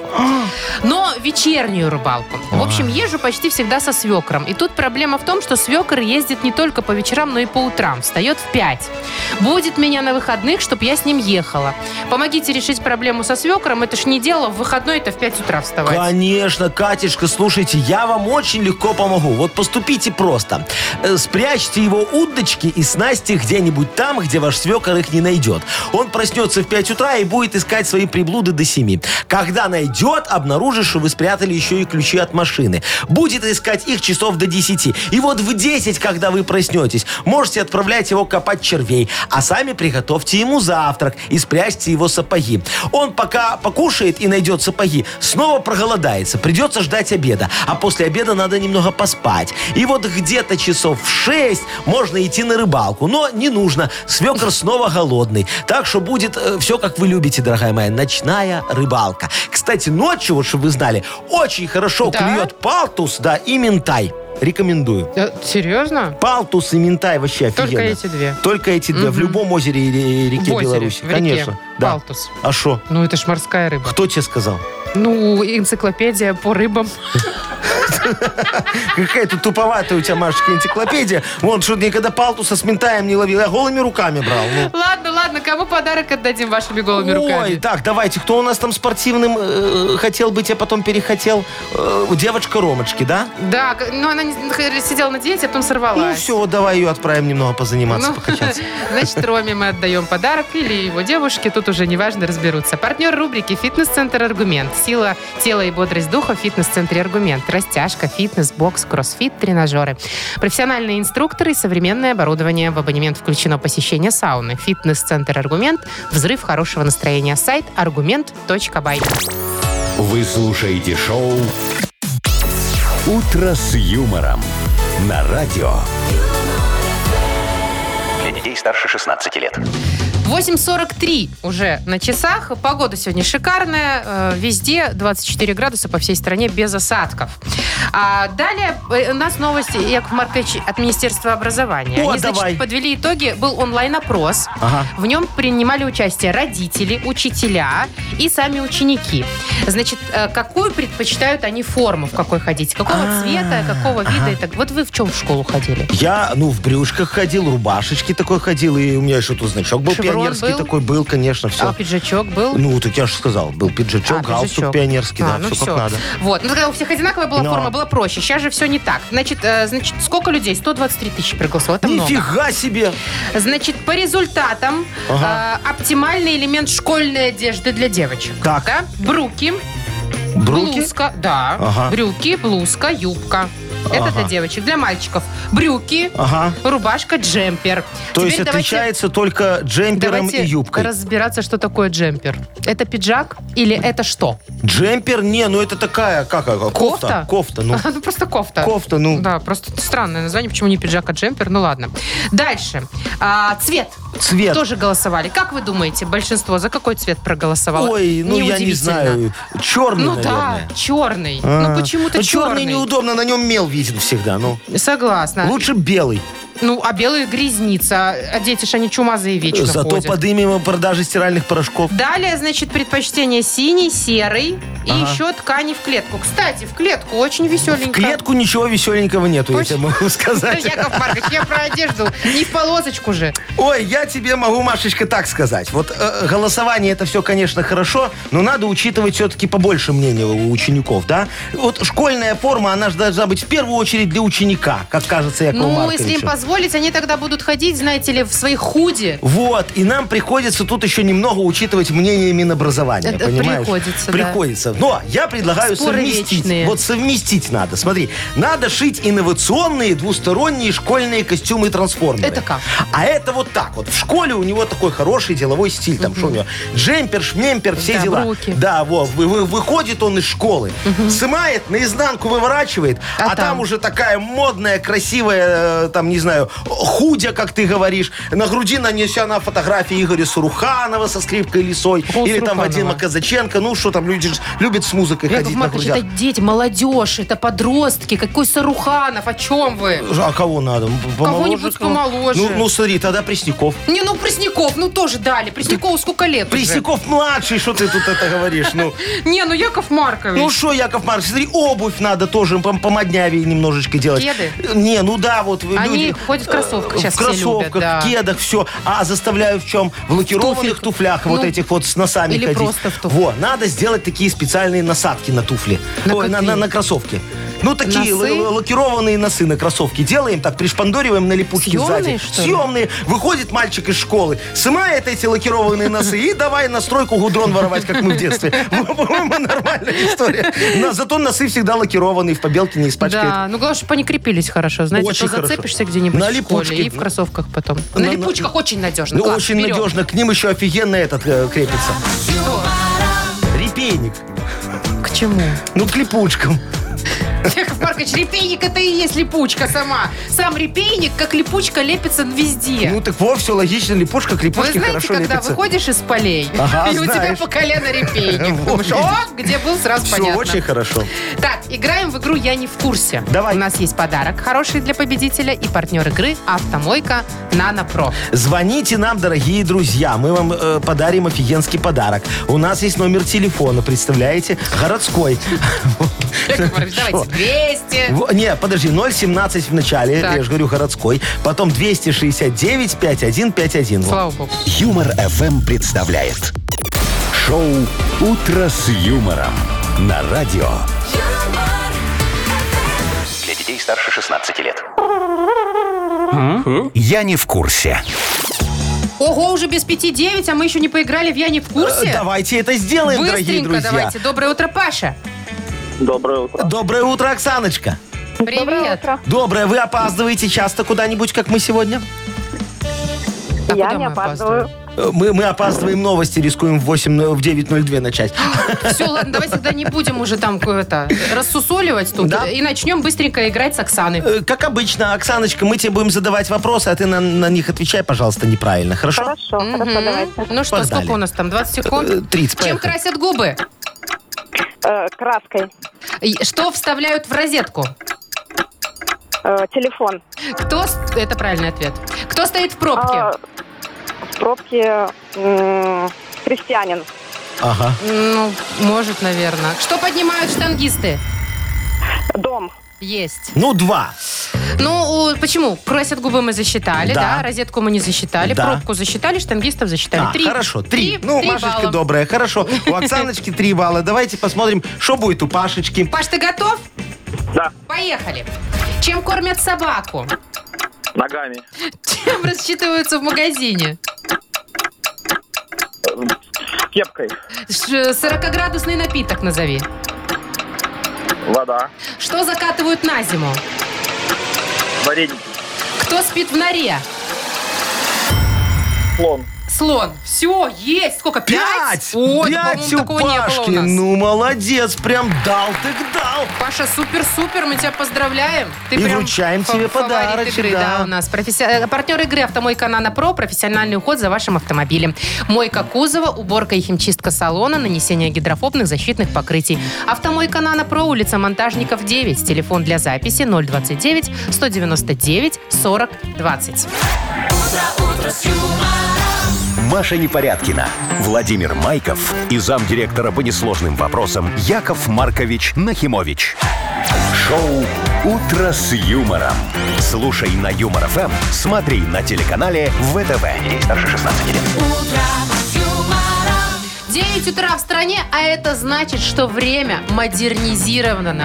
Но вечернюю рыбалку. В общем, езжу почти всегда со свекром. И тут проблема в том, что свекр ездит не только по вечерам, но и по утрам. Встает в 5. Будет меня на выходных, чтобы я с ним ехала. Помогите решить проблему со свекром. Это ж не дело в выходной-то в 5 утра вставать. Конечно, Катюшка, слушайте, я вам очень легко помогу. Вот поступите просто. Спрячьте его удочки и снасти где-нибудь там, где ваш свекор их не найдет. Он проснется в 5 утра и будет искать свои приблуды до 7. Когда найдет, обнаружит, что вы спрятали еще и ключи от машины. Будет искать их часов до 10. И вот в 10, когда вы проснетесь, можете отправлять его копать червей, а сами приготовьте ему завтрак и спрячьте его сапоги. Он пока покушает и найдет сапоги, снова проголодается. Придется ждать обеда. А после обеда надо немного поспать. И вот где-то часов в 6 можно идти на рыбалку. Но не нужно. Свекр снова голодный. Так что будет все, как вы любите, дорогая моя. Ночная рыбалка. Кстати, ночью, вот чтобы вы знали, очень хорошо Да? клюет палтус, да, и минтай. Рекомендую. Серьезно? Палтус и минтай вообще офигенно. Только эти две? Только эти две. В любом озере или реке В озере, Беларуси. в реке. Конечно. Да. Палтус. А что? Ну, это ж морская рыба. Кто тебе сказал? Ну, энциклопедия по рыбам. Какая тут туповатая у тебя, Машечка, энциклопедия. Вон, что никогда палтуса с ментаем не ловил. Я голыми руками брал. Ну. Ладно, кому подарок отдадим вашими голыми Ой, руками? так, давайте. Кто у нас там спортивным хотел быть, а потом перехотел? Девочка Ромочки, да? Да, но она сидела на диете, а потом Ну сорвалась. все, давай ее отправим немного позаниматься, Ну, покачаться. значит, Роме мы отдаем подарок или его девушке, тут уже неважно, разберутся. Партнер рубрики «Фитнес-центр Аргумент». Сила тела и бодрость духа в фитнес-центре Аргумент. Растяжка, фитнес, бокс, кроссфит, тренажеры. Профессиональные инструкторы и современное оборудование. В абонемент включено посещение сауны. Фитнес-центр Аргумент. Взрыв хорошего настроения. Сайт argument.by. Вы слушаете шоу «Утро с юмором» на радио. Для детей старше 16 лет. 8:43 уже на часах. Погода сегодня шикарная. Везде 24 градуса по всей стране без осадков. А далее у нас новости, Яков Маркович, от Министерства образования. О, Они, давай. значит, подвели итоги. Был онлайн-опрос. Ага. В нем принимали участие родители, учителя и сами ученики. Значит, какую предпочитают они форму, в какой ходить? Какого цвета, какого вида? И так. Вот вы в чем в школу ходили? Я, в брюшках ходил, рубашечки такой ходил, и у меня еще тут значок был Шеврон пионерский был? такой, был, конечно, все. А пиджачок был? Ну, так я же сказал, был пиджачок, галстук пиджачок. пионерский, да, ну все как надо. Вот. Ну, когда у всех одинаковая была Но. форма, было проще. Сейчас же все не так. Значит, сколько людей? 123 тысячи проголосовало. Это много. Нифига себе! Значит, по результатам оптимальный элемент школьной одежды для девочек. Так. Да? Бруки, блузка, да. Ага. Брюки, блузка, юбка. Это для девочек. Для мальчиков брюки, Ага. рубашка, джемпер. То Теперь есть отличается только джемпером давайте и юбкой. разбираться, что такое джемпер. Это пиджак или это что? Джемпер? Не, это такая, кофта. Кофта, ну. Ну, просто кофта. Кофта, ну. Да, просто странное название. Почему не пиджак, а джемпер? Ну, ладно. Дальше. Цвет. Цвет. Тоже голосовали. Как вы думаете, большинство за какой цвет проголосовало? Ой, я не Неудивительно. знаю. Черный, Ну наверное. да, черный. Ну почему-то черный черный. неудобно, на нем мел виден всегда. Ну, Согласна. лучше белый. Ну, а белый грязница. А дети ж они чумазые вечно Зато ходят. подымем продажи стиральных порошков. Далее, значит, предпочтение синий, серый и еще ткани в клетку. Кстати, в клетку очень веселенько. В клетку ничего веселенького нету, я тебе могу сказать. Яков Маркович, я про одежду. Не в полосочку же. Ой, я тебе могу, Машечка, так сказать. Вот голосование это все, конечно, хорошо, но надо учитывать все-таки побольше мнения у учеников, да? Вот школьная форма, она же должна быть в первую очередь для ученика, как кажется Якову Ну, Марковичу. если им позволить, они тогда будут ходить, знаете ли, в своих худи. Вот, и нам приходится тут еще немного учитывать мнение Минобразования, Это понимаешь? приходится, да. Приходится. Но я предлагаю Споры совместить. вечные. Вот совместить надо. Смотри, надо шить инновационные двусторонние школьные костюмы-трансформеры. Это как? А это вот так вот. В школе у него такой хороший деловой стиль. Там что у него? Джемпер, шмемпер, все Да, дела. бруки. Да, вот. Выходит он из школы, сымает, наизнанку выворачивает, А а там уже такая модная, красивая, там, не знаю, худя, как ты говоришь. На груди нанесена фотография Игоря Суруханова со скрипкой лисой. Какого Или там Суруханова? Вадима Казаченко. Ну, что там, люди же любят с музыкой Яков ходить на Маркович, грудях. это дети, молодежь, это подростки. Какой Саруханов, о чем вы? А кого надо? Кого-нибудь помоложе. Ну, смотри, тогда Пресняков. Не, ну Пресняков, ну тоже дали. Преснякову сколько лет уже? Пресняков младший, что ты тут это говоришь? Ну, Не, ну Яков Маркович. ну что, Яков Маркович, смотри, обувь надо тоже помоднявее немножечко делать. Кеды? Не, ну да, вот Они люди... ходят в кроссовках сейчас В все кроссовках, любят, да. в кедах, все. А заставляю в чем? В лакированных туфельках. туфлях, вот Ну, этих вот с носами или ходить. просто в туфлях. Вот, надо сделать такие специальные насадки на туфли. На Ой, какие? на кроссовки. Ну, такие Носы? лакированные носы на кроссовки делаем, так пришпандориваем на липучке Съемные, сзади. что ли? Съемные. Выходит мальчик из школы, сымает эти лакированные носы и давай на стройку гудрон воровать, как мы в детстве. По-моему, нормальная история. Но зато носы всегда лакированные, в побелке не испачкают. Да, ну главное, чтобы они крепились хорошо. Знаете, Очень то зацепишься хорошо. где-нибудь На в школе липучке. и в кроссовках потом. На липучках очень надежно. Ну, Класс, очень берем. надежно. К ним еще офигенно этот крепится. Репейник. К чему? Ну, к липучкам. Яков Маркович, репейник это и есть липучка сама. Сам репейник, как липучка, лепится везде. Ну, так вот, все логично. Липучка к Вы липучке знаете, хорошо когда лепится. выходишь из полей, Ага, и у тебя знаешь. по колено репейник. Вот Думаешь, о, где был, сразу Все понятно. очень хорошо. Так, играем в игру «Я не в курсе». Давай. У нас есть подарок хороший для победителя и партнер игры «Автомойка Нано Про». Звоните нам, дорогие друзья. Мы вам подарим офигенский подарок. У нас есть номер телефона, представляете? Городской. Яков Маркович, давайте 200. Не, подожди, 017 в начале, Так. я же говорю, городской. Потом 269-5151. Слава богу. Юмор FM представляет шоу Утро с юмором на радио. Для детей старше 16 лет. Я не в курсе. Ого, уже без 5-9, а мы еще не поиграли в «Я не в курсе». Давайте это сделаем, дорогие Быстренько друзья. давайте. Доброе утро, Паша. Доброе утро. Доброе утро, Оксаночка. Доброе Привет. утро. Доброе. Вы опаздываете часто куда-нибудь, как мы сегодня? А Я куда не мы опаздываю. Мы опаздываем новости, рискуем в 9:02 начать. Все, ладно, давай тогда не будем уже там рассусоливать тут. Да. И начнем быстренько играть с Оксаной. Как обычно, Оксаночка, мы тебе будем задавать вопросы, а ты на них отвечай, пожалуйста, неправильно. Хорошо? Хорошо, давайте. Ну что, Погнали. сколько у нас там? 20 секунд? 30, Чем поехали. красят губы? Краской. Что вставляют в розетку? Телефон. Это правильный ответ. Кто стоит в пробке? В пробке крестьянин. Ага. Ну, может, наверное. Что поднимают штангисты? Дом. Есть. Ну, 2. Ну, почему? Красят губы мы засчитали, Да. да? Розетку мы не засчитали, Да. пробку засчитали, штангистов засчитали. 3. Хорошо, 3. Ну, 3 Машечка балла. добрая, хорошо. У Оксаночки 3 балла. Давайте посмотрим, что будет у Пашечки. Паш, ты готов? Да. Поехали. Чем кормят собаку? Ногами. Чем рассчитываются в магазине? Кепкой. 40-градусный напиток назови. Вода. Что закатывают на зиму? Вареники. Кто спит в норе? Слон. Слон. Все, есть. Сколько? 5? 5! Ой, 5 по-моему, у такого не было у Пашки. нас. Ну, молодец, прям дал, так дал. Паша, супер-супер, мы тебя поздравляем. Ты И прям вручаем тебе фаворит подарочек, игры, да. да, у нас. Партнер игры «Автомойка Нано Про», профессиональный уход за вашим автомобилем. Мойка кузова, уборка и химчистка салона, нанесение гидрофобных защитных покрытий. «Автомойка Нано Про», улица Монтажников, 9. Телефон для записи 029 199 40 20. Маша Непорядкина, Владимир Майков и замдиректора по несложным вопросам Яков Маркович Нахимович. Шоу «Утро с юмором». Слушай на Юмор ФМ, смотри на телеканале ВТВ. Ей старше 16 лет. 9 утра в стране, а это значит, что время модернизировано.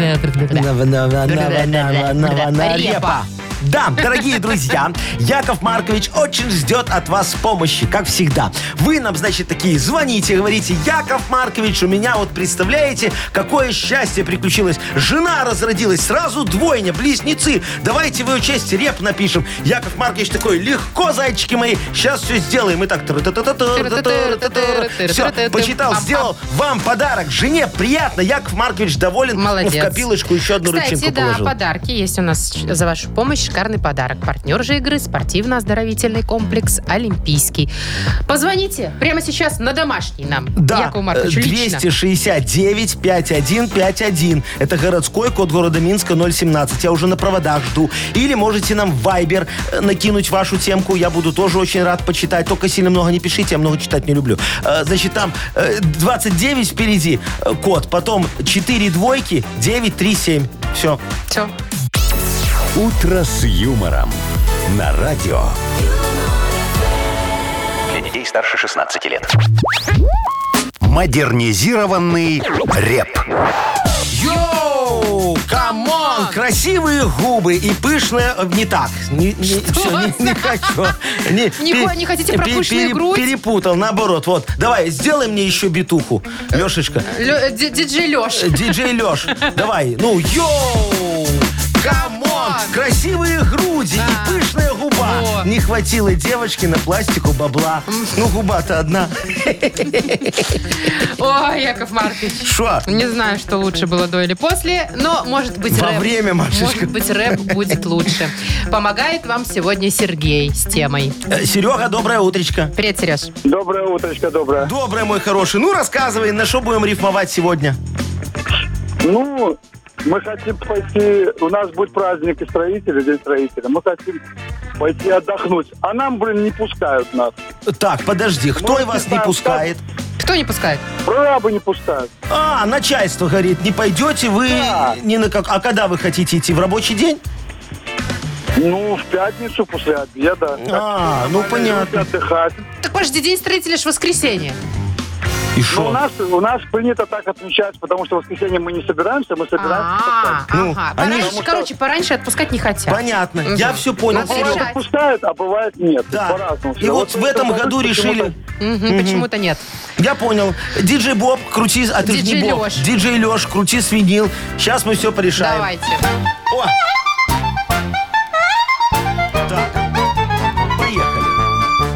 Репа. Да, дорогие друзья, Яков Маркович очень ждет от вас помощи, как всегда. Вы нам, значит, такие звоните, говорите: Яков Маркович, у меня вот, представляете, какое счастье приключилось. Жена разродилась, сразу двойня, близнецы. Давайте в ее честь реп напишем. Яков Маркович такой: легко, зайчики мои, сейчас все сделаем. И так, все, почитал, сделал вам подарок. Жене приятно, Яков Маркович доволен. Молодец. В копилочку еще одну Кстати, ручинку да, положил. подарки есть у нас за вашу помощь. Шикарный подарок. Партнер же игры — спортивно-оздоровительный комплекс «Олимпийский». Позвоните прямо сейчас на домашний нам. Да, Якову Марковичу лично. 269-5151. Это городской код города Минска 017. Я уже на проводах жду. Или можете нам в Viber накинуть вашу темку. Я буду тоже очень рад почитать. Только сильно много не пишите, я много читать не люблю. Значит, там 29 впереди код, потом 4 двойки, 937. Все. Все. «Утро с юмором» на радио. Для детей старше 16 лет. Модернизированный реп. Йоу! Камон! Красивые губы и пышная... Не так. Не хочу. Не хотите про пышную грудь? Перепутал, наоборот. Вот, давай, сделай мне еще битуху. Лешечка. Диджей Леш. Диджей Леш. Давай. Ну, йоу! Камон! Красивые груди и пышная губа. О. Не хватило девочки на пластику бабла. Ну, губа-то одна. Ой, Яков Маркович. Шо? Не знаю, что лучше было до или после, но, может быть, Во рэп. время, Машечка. Может быть, рэп будет лучше. Помогает вам сегодня Сергей с темой. Серега, доброе утречко. Привет, Сереж. Доброе утречко, доброе. Доброе, мой хороший. Ну, рассказывай, на что будем рифмовать сегодня? Ну, мы хотим пойти, у нас будет праздник и строителя, День строителя. Мы хотим пойти отдохнуть. А нам, не пускают нас. Так, подожди, кто Ну, вас не не знаю, пускает? Кто не пускает? Прорабы не пускают. А, начальство говорит, не пойдете вы Да. ни на как. А когда вы хотите идти? В рабочий день? Ну, в пятницу после обеда. А, ну, понятно. Отдыхать. Так, подожди, День строителя ж воскресенье. И Но шо? у нас принято так отмечать, потому что в воскресенье мы не собираемся, мы собираемся в пятницу. Ну, Ага. они Пораньше, же- короче, пораньше отпускать не хотят. Понятно, я все понял. Надо Серега. решать. Отпускают, а бывает нет. Да. По-разному. И вот в этом году решили... Почему-то нет. Я понял. Диджей Боб, крути... А ты же Диджей не Боб. Лёш. Диджей Леш, крути свинил. Сейчас мы все порешаем. Давайте. О! Так. Поехали.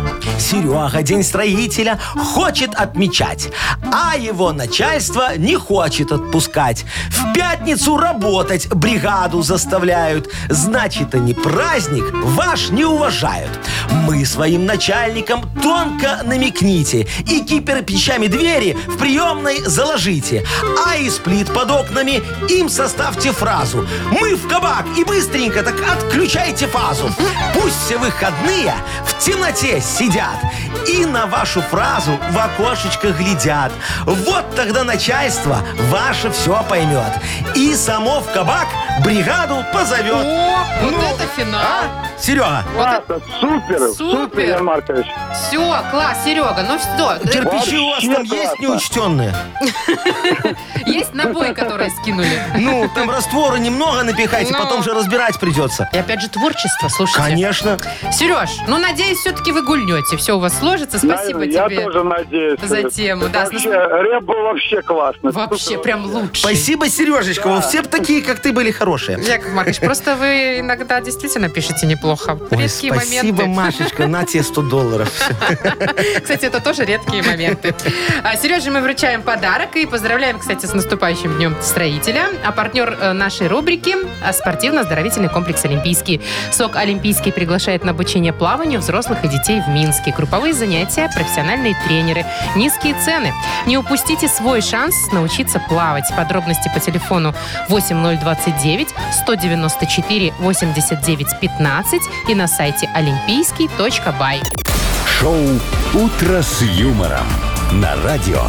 Серега день строителя хочет отмечать, а его начальство не хочет отпускать. В пятницу работать бригаду заставляют. Значит, они праздник ваш не уважают. Мы своим начальникам тонко намекните и кирпичами двери в приемной заложите. А из плит под окнами им составьте фразу: мы в кабак и быстренько так отключайте фазу. Пусть все выходные в темноте сидят и на вашу фразу в окошечко глядят. Вот тогда начальство ваше все поймет и само в кабак бригаду позовет. О, вот это финал. Серега, Классно, супер, Супер. Ян Маркович. Все, класс, Серега, ну что, кирпичи у вас там Вообще есть классно. неучтенные? есть набои, которые скинули? Ну, там раствора немного напихайте, Ну. потом же разбирать придется. И опять же творчество, слушайте. Конечно. Сереж, ну, надеюсь, все-таки вы гульнете. Все у вас сложится. Спасибо Я тебе. тоже надеюсь. за тему, да. Вообще, рэп был вообще классно. Вообще, Супер. прям лучше. Спасибо, Сережечка. Вы все такие, как ты, были хорошие. Яков Маркович, просто вы иногда действительно пишете неплохо. Ой, Редкие спасибо, моменты. Машечка, на тебе $100. Кстати, это тоже редкие моменты. Сереже мы вручаем подарок и поздравляем, кстати, с наступающим днем строителя. А партнер нашей рубрики – спортивно-оздоровительный комплекс «Олимпийский». СОК «Олимпийский» приглашает на обучение плаванию взрослых и детей в Минске. Групповые занятия, профессиональные тренеры, низкие цены. Не упустите свой шанс научиться плавать. Подробности по телефону 8029 194 89 15 и на сайте олимпийский.бай. Шоу «Утро с юмором» на радио.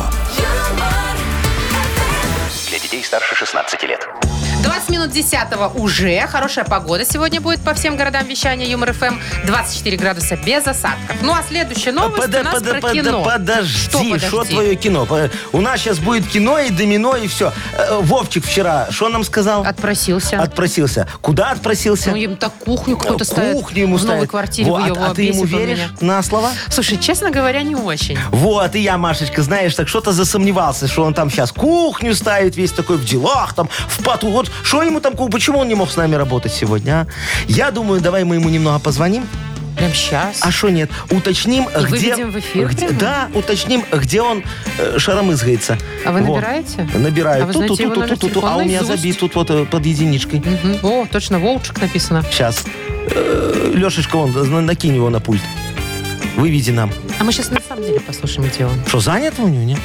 Для детей старше 16 лет. 20 минут 10 уже. Хорошая погода сегодня будет по всем городам вещания Юмор ФМ. 24 градуса без осадков. Ну а следующая новость у нас про кино. Подожди, что твое кино? У нас сейчас будет кино и домино, и все. Вовчик вчера, что нам сказал? Отпросился. Отпросился. Куда отпросился? Ну, им так кухню кто-то ставит. Кухню ему в новой ставят. квартире. Вот, Вы его а ты ему обесит, он веришь меня. на слова? Слушай, честно говоря, не очень. Вот, и я, Машечка, знаешь, так что-то засомневался, что он там сейчас кухню ставит, весь такой в делах, там, в поту. Вот, что ему там, почему он не мог с нами работать сегодня, а? Я думаю, давай мы ему немного позвоним. Прям сейчас. А что нет? Уточним, И где... выведем в эфир прямо? Да, уточним, где он шаромызгается. А вы Вот. набираете? Набираю. А вы знаете его номер А у телефона меня наизусть? забит тут вот под единичкой. Мгм. О, точно, Волчек написано. Сейчас. Лешечка, вон, накинь его на пульт. Выведи нам. А мы сейчас на самом деле послушаем, где он. Что, занято у него, не?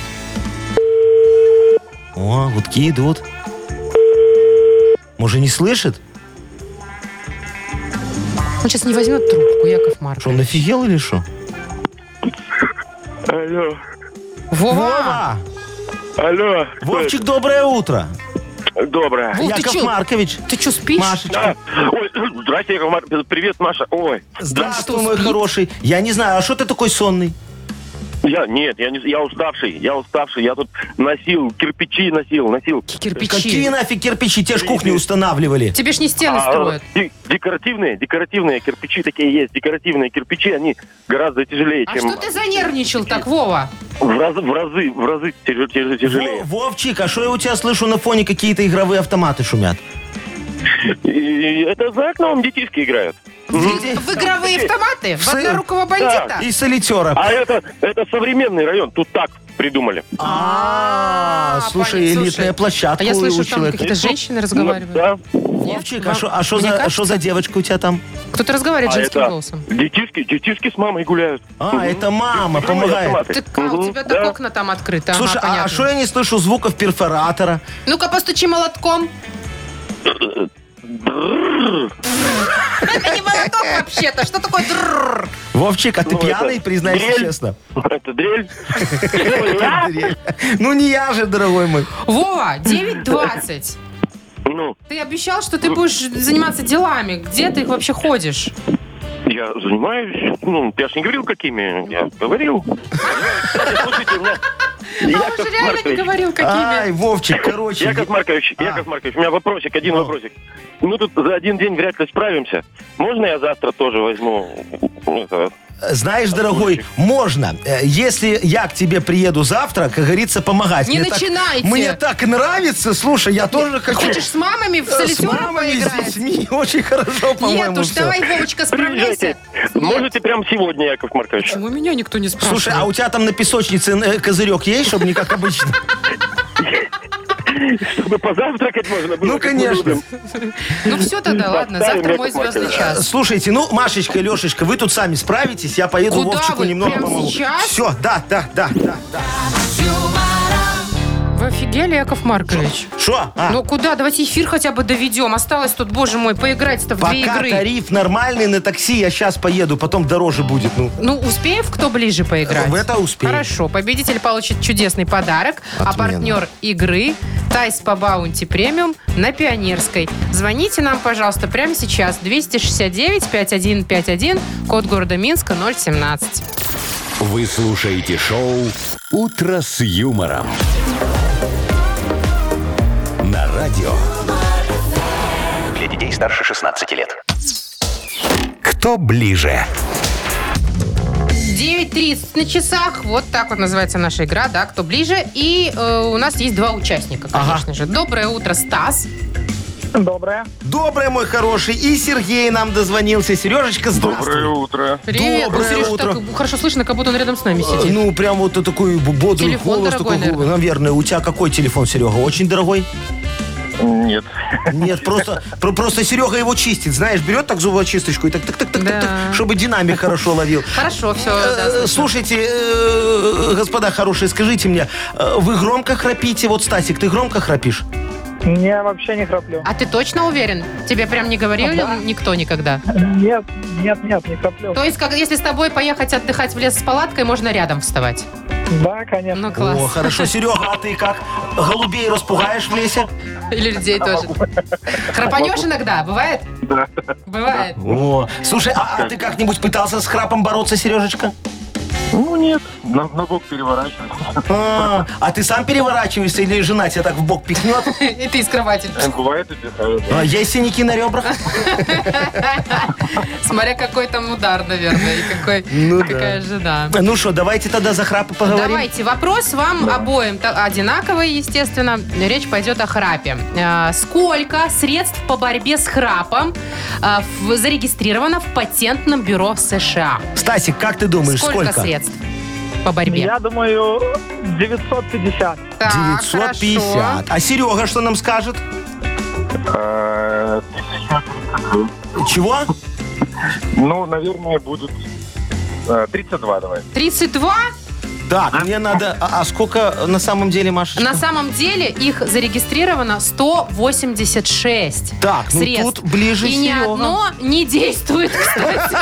О, гудки идут. Может, не слышит? Он сейчас не возьмет трубку, Яков Что, Маркович. он офигел или что? Алло, Вова! алло. Вовчик, доброе утро. Доброе. Вов, ты Яков чё? Маркович. Ты что, спишь? Машечка. Ой, здрасте, Яков Маркович. Привет, Маша. Ой. Здравствуй, что, мой спит? хороший. Я не знаю, а что ты такой сонный? Я уставший. Я тут носил, кирпичи носил. Кирпичи. Какие нафиг кирпичи? Те ж кухню устанавливали. Тебе ж не стены строят. Декоративные кирпичи такие есть. Декоративные кирпичи, они гораздо тяжелее, А чем... что ты занервничал так, Вова? В разы тяжелее. Вовчик, а что я у тебя слышу на фоне какие-то игровые автоматы шумят? И это за окном детишки играют. В игровые автоматы? В однорукого бандита? И солитера. А это современный район. Тут так придумали. Слушай, понятно. элитная Слушай, площадка А я у слышу, там человека. какие-то женщины разговаривают. Да. Вовчик, Вам а что не за, кажется? за девочка у тебя там? Кто-то разговаривает А женским это голосом. детишки с мамой гуляют. Это мама Игровые помогает. автоматы. Так, у тебя так да. окна там открыты. Ага, Слушай, а понятно. что я не слышу звуков перфоратора? Ну-ка, постучи молотком. Это не молоток вообще-то. Что такое дрррр? Вовчик, а ты Ну, пьяный, это признайся дрель. честно? Это дрель. Ну не я же, дорогой мой. Вова, 9:20. Ну, Ты обещал, что ты будешь заниматься делами. Где ты их вообще ходишь? я занимаюсь, я ж не говорил, какими. Я говорил. Слушайте, у меня... А он же реально не говорил, какими. Ай, Вовчик, короче. Яков Маркович, у меня один вопросик. Мы тут за один день вряд ли справимся. Можно я завтра тоже возьму Знаешь, дорогой, можно. Если я к тебе приеду завтра, как говорится, помогать. Не Мне начинайте. Мне так нравится. Слушай, я тоже хочу. Хочешь с мамами в С солитера мамами, с поиграть? детьми. Очень хорошо, по-моему, Нет уж, всё. давай, Вовочка, справляйся. Можете прямо сегодня, Яков Маркович. Почему меня никто не спрашивает? Слушай, а у тебя там на песочнице козырек есть, чтобы не как обычно? Чтобы позавтракать можно было. Ну, как мы конечно. любим. Ну все тогда, ладно, Поставим, завтра мой Яков Маркович. звездный час. Слушайте, ну, Машечка и Лешечка, вы тут сами справитесь. Я поеду Куда Вовчику вы? немного Прямо помогу. сейчас? Все, да. Вы офигели, Яков Маркович? Что? Ну куда? Давайте эфир хотя бы доведем. Осталось тут, боже мой, поиграть-то в две Пока игры. тариф нормальный на такси, я сейчас поеду, потом дороже будет. Ну, успеем в «Кто ближе» поиграть? В это успеем. Хорошо. Победитель получит чудесный подарок. А Отменно. партнер игры Тайс по Баунти Премиум на Пионерской. Звоните нам, пожалуйста, прямо сейчас. 269-5151, код города Минска 017. Вы слушаете шоу «Утро с юмором». На радио. Для детей старше 16 лет. Кто ближе? 9:30 на часах. Вот так вот называется наша игра, да, «Кто ближе». И у нас есть два участника, конечно же. Доброе утро, Стас. Доброе. Доброе, мой хороший. И Сергей нам дозвонился. Сережечка, здравствуй. Доброе утро. Привет. Доброе Сереж, утро. так хорошо слышно, как будто он рядом с нами сидит. Ну, прям вот такой бодрый Телефон голос. дорогой, такой, наверное. У тебя какой телефон, Серега? Очень дорогой? Нет. Нет, просто Серега его чистит. Знаешь, берет так зубочисточку и так, Да. чтобы динамик хорошо ловил. Хорошо, все, да, слышно. Слушайте, господа хорошие, скажите мне, вы громко храпите? Вот, Стасик, ты громко храпишь? Я вообще не храплю. А ты точно уверен? Тебе прям не говорил никто никогда? Нет, не храплю. То есть, если с тобой поехать отдыхать в лес с палаткой, можно рядом вставать? Да, конечно. Ну, класс. О, хорошо. Серега, а ты как? Голубей распугаешь в лесе? Или людей тоже. Храпанешь иногда? Бывает? Да. Бывает. О, слушай, а ты как-нибудь пытался с храпом бороться, Сережечка? Ну, нет. На бок переворачиваюсь. А ты сам переворачиваешься или жена тебя так в бок пихнет? И ты из кровати. Бывает и дыхаю. А есть синяки на ребрах? Смотря какой там удар, наверное, и какая жена. Ну что, давайте тогда за храпы поговорим. Давайте, вопрос вам обоим одинаковый, естественно. Речь пойдет о храпе. Сколько средств по борьбе с храпом зарегистрировано в патентном бюро США? Стасик, как ты думаешь, Сколько сколько? средств по борьбе? Я думаю, 950. Так, 950. хорошо. А Серега что нам скажет? Чего? Ну, наверное, будут 32, давай. 32? Так, мне надо... А сколько на самом деле, Машечка? На самом деле их зарегистрировано 186 Так, ну средств. тут ближе И ни Серега. одно не действует, кстати.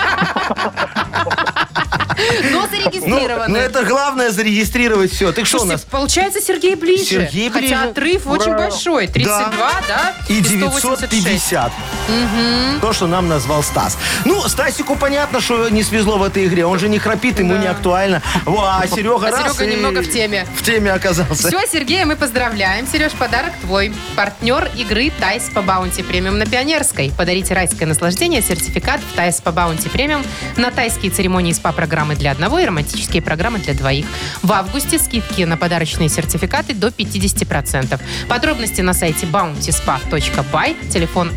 Но зарегистрированы. Ну, это главное зарегистрировать все. Так что у нас? Получается, Сергей ближе. Сергей ближе. Хотя отрыв очень большой. 32, да? И 186. 950. То, что нам назвал Стас. Ну, Стасику понятно, что не свезло в этой игре. Он же не храпит, ему не актуально. А Серега раз Серега и немного в теме. В теме оказался. Все, Сергея, мы поздравляем. Сереж, подарок твой. Партнер игры Тайс по Баунти Премиум на Пионерской. Подарите райское наслаждение, сертификат в Тайс по Баунти Премиум на тайские церемонии СПА-программы для одного и романтические программы для двоих. В августе скидки на подарочные сертификаты до 50%. Подробности на сайте bountyspa.by, телефон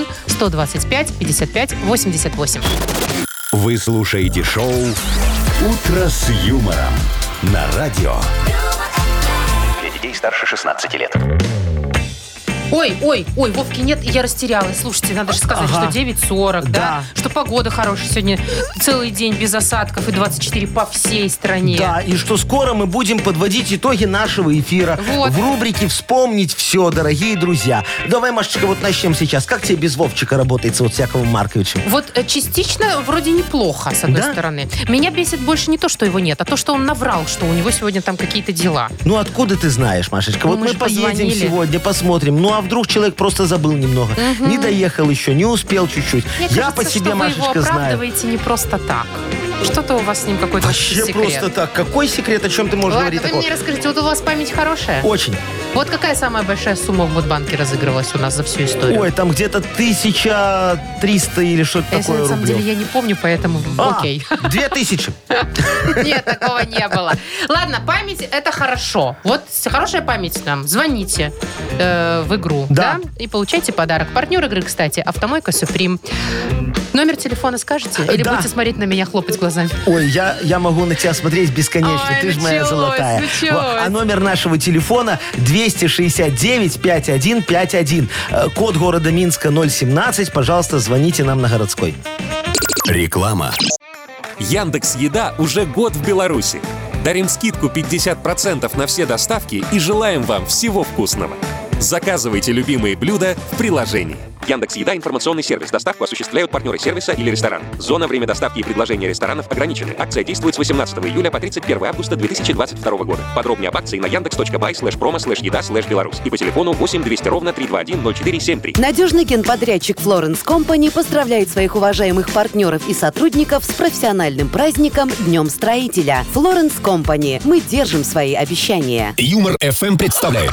А1-125-55-88. Вы слушаете шоу «Утро с юмором» на радио. Для детей старше 16 лет. Ой, Вовки нет, я растерялась. Слушайте, надо же сказать, что 9:40, да? Что погода хорошая сегодня, целый день без осадков и 24 по всей стране. Да, и что скоро мы будем подводить итоги нашего эфира. Вот. В рубрике «Вспомнить все», дорогие друзья. Давай, Машечка, вот начнем сейчас. Как тебе без Вовчика работается, вот с Яковом Марковичем? Вот частично вроде неплохо, с одной стороны. Меня бесит больше не то, что его нет, а то, что он наврал, что у него сегодня там какие-то дела. Ну, откуда ты знаешь, Машечка? Ну, вот мы мы же поедем позвонили. сегодня, посмотрим. Ну, а вдруг человек просто забыл немного? Не доехал еще, не успел чуть-чуть. Мне Я кажется, по себе, что вы его Машечка, знаю. оправдываете не просто так. Что-то у вас с ним какой-то Вообще секрет. просто так. Какой секрет? О чем ты можешь Ладно, говорить вы такого? мне расскажите, вот у вас память хорошая? Очень. Вот какая самая большая сумма в Мудбанке разыгрывалась у нас за всю историю? Ой, там где-то 1300 или что-то Если такое на самом рублей. деле я не помню, поэтому окей. 2000. Нет, такого не было. Ладно, память это хорошо. Вот хорошая память нам. Звоните в игру, Да. и получайте подарок. Партнер игры, кстати, «Автомойка Суприм». Номер телефона скажете? Или Да. будете смотреть на меня, хлопать глазами? Ой, я могу на тебя смотреть бесконечно. Ой, Ты же моя началось, золотая. началось. А номер нашего телефона 269-5151. Код города Минска 017. Пожалуйста, звоните нам на городской. Реклама. Яндекс.Еда уже год в Беларуси. Дарим скидку 50% на все доставки и желаем вам всего вкусного. Заказывайте любимые блюда в приложении. Яндекс.Еда — информационный сервис. Доставку осуществляют партнеры сервиса или ресторан. Зона, время доставки и предложения ресторанов ограничены. Акция действует с 18 июля по 31 августа 2022 года. Подробнее об акции на yandex.by/promo/еда/беларусь и по телефону 8-200-321-0473. Надежный генподрядчик Florence Company поздравляет своих уважаемых партнеров и сотрудников с профессиональным праздником Днем Строителя. Florence Company. Мы держим свои обещания. Юмор FM представляет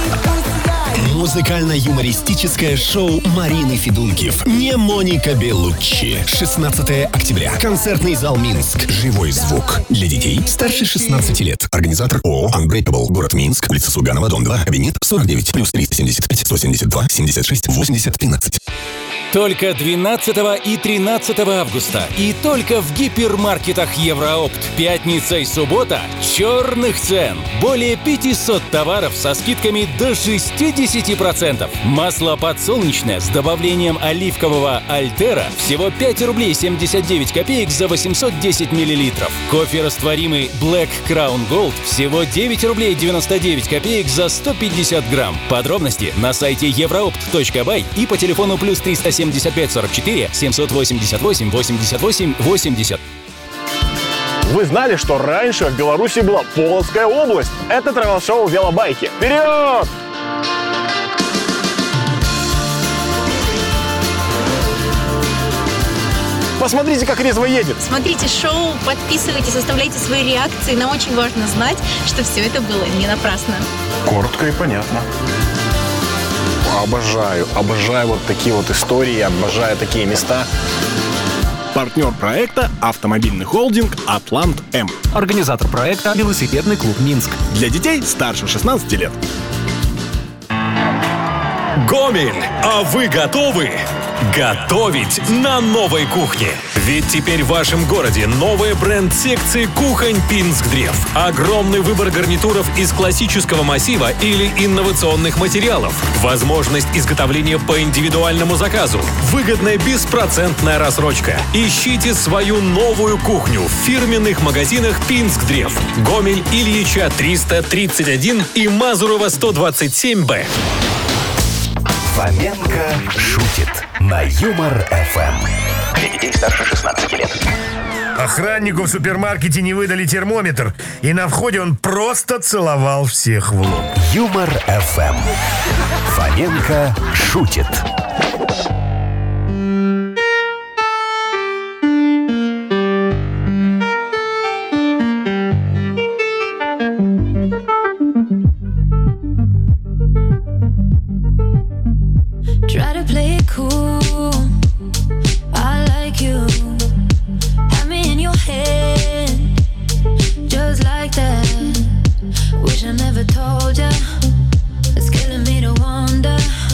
музыкально-юмористическое шоу Марины Федункив. Не Моника Беллуччи. 16 октября. Концертный зал Минск. Живой звук. Для детей старше 16 лет. Организатор ООО Unbreakable. Город Минск. Улица Суганова, дом 2. Кабинет 49. Плюс 375 172 76 80 13. Только 12 и 13 августа. И только в гипермаркетах Евроопть. Пятница и суббота черных цен. Более 500 товаров со скидками до 60%. Масло подсолнечное с добавлением оливкового Альтера всего 5 рублей 79 копеек за 810 миллилитров. Кофе растворимый Black Crown Gold всего 9 рублей 99 копеек за 150 грамм. Подробности на сайте europt.by и по телефону плюс 375 44 788 88 80. Вы знали, что раньше в Беларуси была Полоцкая область? Это тревел-шоу «Велобайки». Вперед! Посмотрите, как резво едет. Смотрите шоу, подписывайтесь, оставляйте свои реакции. Нам очень важно знать, что все это было не напрасно. Коротко и понятно. Обожаю вот такие вот истории, обожаю такие места. Партнер проекта – автомобильный холдинг «Атлант-М». Организатор проекта – велосипедный клуб «Минск». Для детей старше 16 лет. Гомель, а вы готовы готовить на новой кухне? Ведь теперь в вашем городе новая бренд-секции кухонь Пинск-Древ. Огромный выбор гарнитуров из классического массива или инновационных материалов. Возможность изготовления по индивидуальному заказу. Выгодная беспроцентная рассрочка. Ищите свою новую кухню в фирменных магазинах Пинск-Древ. Гомель, Ильича 331 и Мазурова 127Б. Фоменко шутит на Юмор ФМ. Для детей старше 16 лет. Охраннику в супермаркете не выдали термометр, и на входе он просто целовал всех в лоб. Юмор ФМ. Фоменко шутит. Try to play it cool. I like you. Have me in your head, just like that. Wish I never told ya. It's killing me to wonder.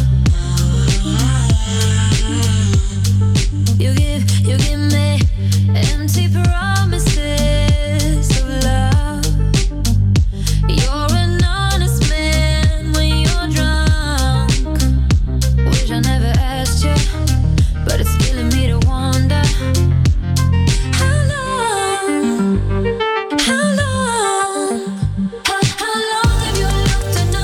You give me empty promises of love. You're an honest man when you're drunk. Wish I never asked you, but it's killing me to wonder. How long have you looked enough?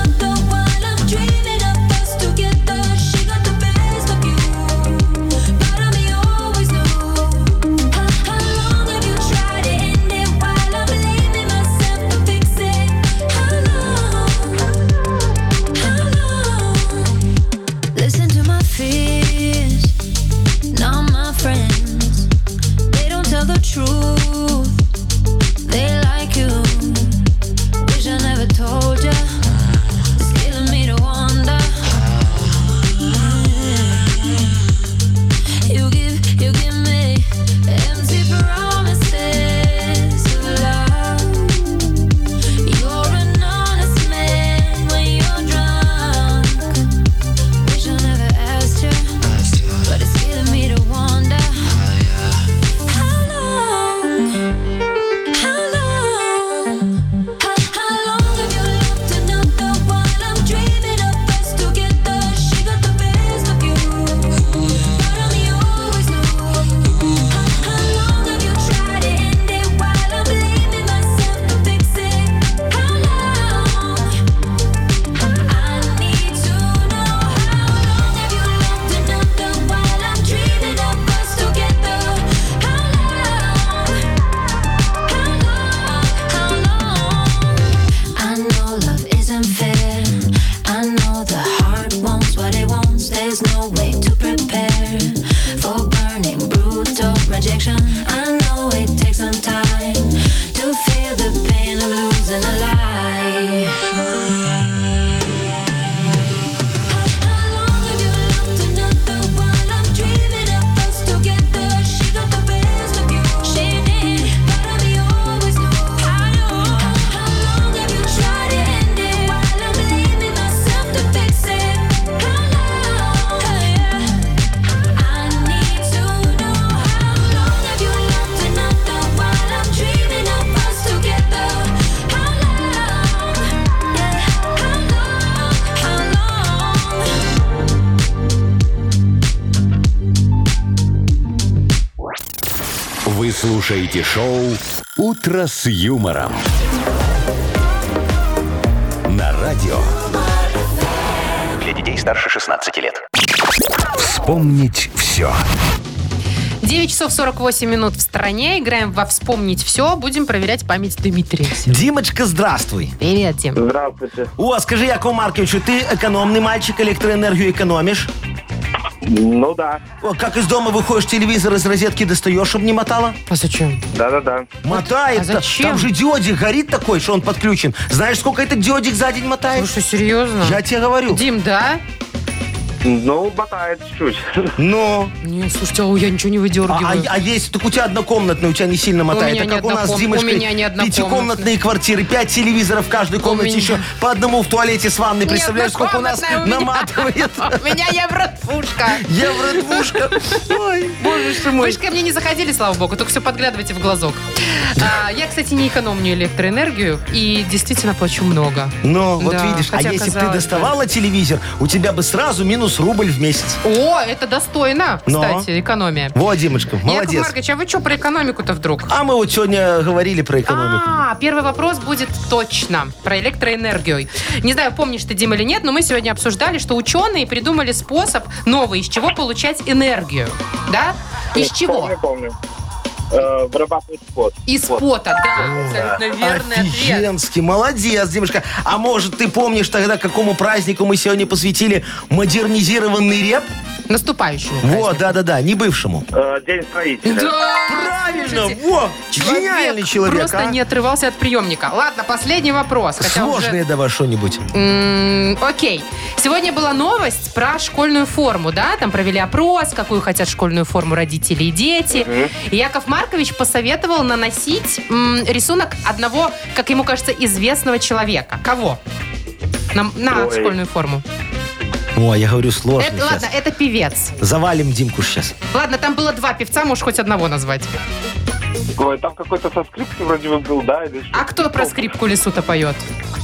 слушаете шоу «Утро с юмором» на радио. Для детей старше 16 лет. Вспомнить все. 9 часов 48 минут в стране. Играем во «Вспомнить все». Будем проверять память Дмитрия. Димочка, здравствуй. Привет, Дим. Здравствуйте. О, скажи, Якову Марковичу, ты экономный мальчик, электроэнергию экономишь? Ну да. О, как из дома выходишь, телевизор из розетки достаешь, чтобы не мотало? А зачем? Да-да-да. Мотает. А зачем? Там же диодик горит такой, что он подключен. Знаешь, сколько этот диодик за день мотает? Слушай, серьезно? Я тебе говорю. Дим, да? Ну, мотает чуть-чуть. Но. Не, слушайте, я ничего не выдергиваю. А есть, так у тебя однокомнатная, у тебя не сильно мотает. меня А как не у нас с у Димочкой меня не однокомнатная. пятикомнатные квартиры, 5 телевизоров в каждой комнате, еще по одному в туалете с ванной. Представляешь, сколько у нас наматывает? У меня евродвушка. Евродвушка. Ой, боже ты мой. Вы же ко мне не заходили, слава богу, только все подглядывайте в глазок. Я, кстати, не экономлю электроэнергию и действительно плачу много. Ну, вот Да, видишь, а хотя, если бы ты казалось бы. доставала телевизор, у тебя бы сразу минус рубль в месяц. О, это достойно, Но. кстати, экономия. Вот, Димочка, Яков молодец. Маркович, а вы что про экономику-то вдруг? А мы вот сегодня говорили про экономику. Первый вопрос будет точно про электроэнергию. Не знаю, помнишь ты, Дим, или нет, но мы сегодня обсуждали, что ученые придумали способ новый, из чего получать энергию. Да? Из чего? Помню. Вырабатывать пот. Из пота, да. Абсолютно верный ответ. Офигенский, молодец, Димочка. А может, ты помнишь тогда, какому празднику мы сегодня посвятили модернизированный реп? Наступающему. Вот, да-да-да, не бывшему. День строителя. Да, Правильно, слушайте, во, гениальный человек, просто не отрывался от приемника. Ладно, последний вопрос. Хотя Сложное давай что-нибудь. Окей. Сегодня была новость про школьную форму, да? Там провели опрос, какую хотят школьную форму родители и дети. И Яков Маркович посоветовал наносить рисунок одного, как ему кажется, известного человека. Кого? На школьную форму. О, я говорю, сложно сейчас. Ладно, это певец. Завалим Димку сейчас. Ладно, там было 2 певца, можешь хоть одного назвать. Ой, там какой-то со скрипкой вроде бы был, да? Или что? А кто про скрипку лесу-то поет?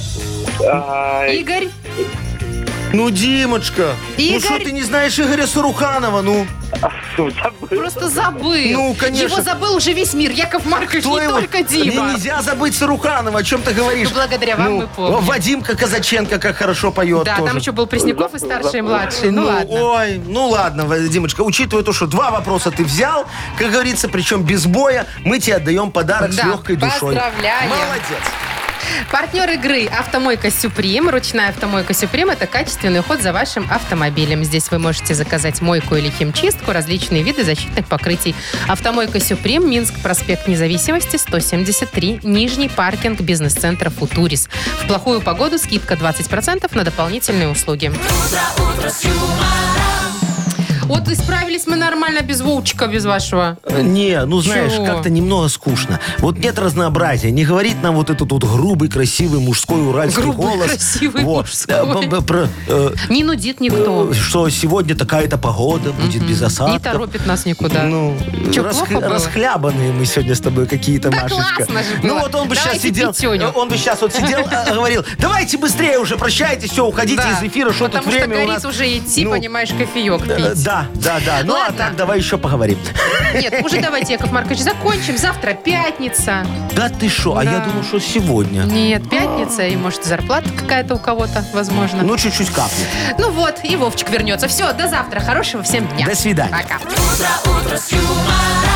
Игорь? Ну, Димочка, Игорь? ну что ты не знаешь Игоря Саруханова, ну? Просто забыл. Ну, конечно. Его забыл уже весь мир. Яков Маркович, Кто не его? только Дима. Нельзя забыть Саруханова, о чем ты говоришь? Ну, благодаря вам мы помним. Вадимка Казаченко как хорошо поет Да, тоже. там еще был Пресняков и старший, и младший. Ну, ладно. Ой, ну ладно, Димочка, учитывая то, что 2 вопроса ты взял, как говорится, причем без боя, мы тебе отдаем подарок с Да, легкой душой. поздравляем. Молодец. Партнер игры «Автомойка Сюприм». Ручная «Автомойка Сюприм» — это качественный уход за вашим автомобилем. Здесь вы можете заказать мойку или химчистку, различные виды защитных покрытий. «Автомойка Сюприм», Минск, проспект Независимости, 173, Нижний паркинг бизнес-центра «Футурис». В плохую погоду скидка 20% на дополнительные услуги. Утро с юмором. Вот исправились мы нормально без Вовчика, без вашего. Не, ну знаешь, Чего? как-то немного скучно. Вот нет разнообразия. Не говорит нам вот этот вот грубый, красивый мужской уральский Грубый, голос. красивый мужской. Не Не нудит никто. что сегодня такая-то погода, будет без осадков. Не торопит нас никуда. Ну, Чё, плохо было? расхлябанные мы сегодня с тобой какие-то, Да Машечка. классно же было. Ну вот он бы сейчас Давайте сидел, пятюню. он бы сейчас вот сидел, говорил, давайте быстрее уже, прощайтесь, все, уходите Да, из эфира, что тут потому что время у горит нас. уже идти, Ну, понимаешь, кофеек пить. Да. Ну а Ладно. так, давай еще поговорим. Нет, уже давайте, Яков Маркович, закончим. Завтра пятница. Да ты что? А я Да. думал, что сегодня. Нет, пятница, и может зарплата какая-то у кого-то, возможно. Ну, чуть-чуть капнет. Ну вот, и Вовчик вернется. Все, до завтра. Хорошего всем дня. До свидания. Пока. Утро с юмором.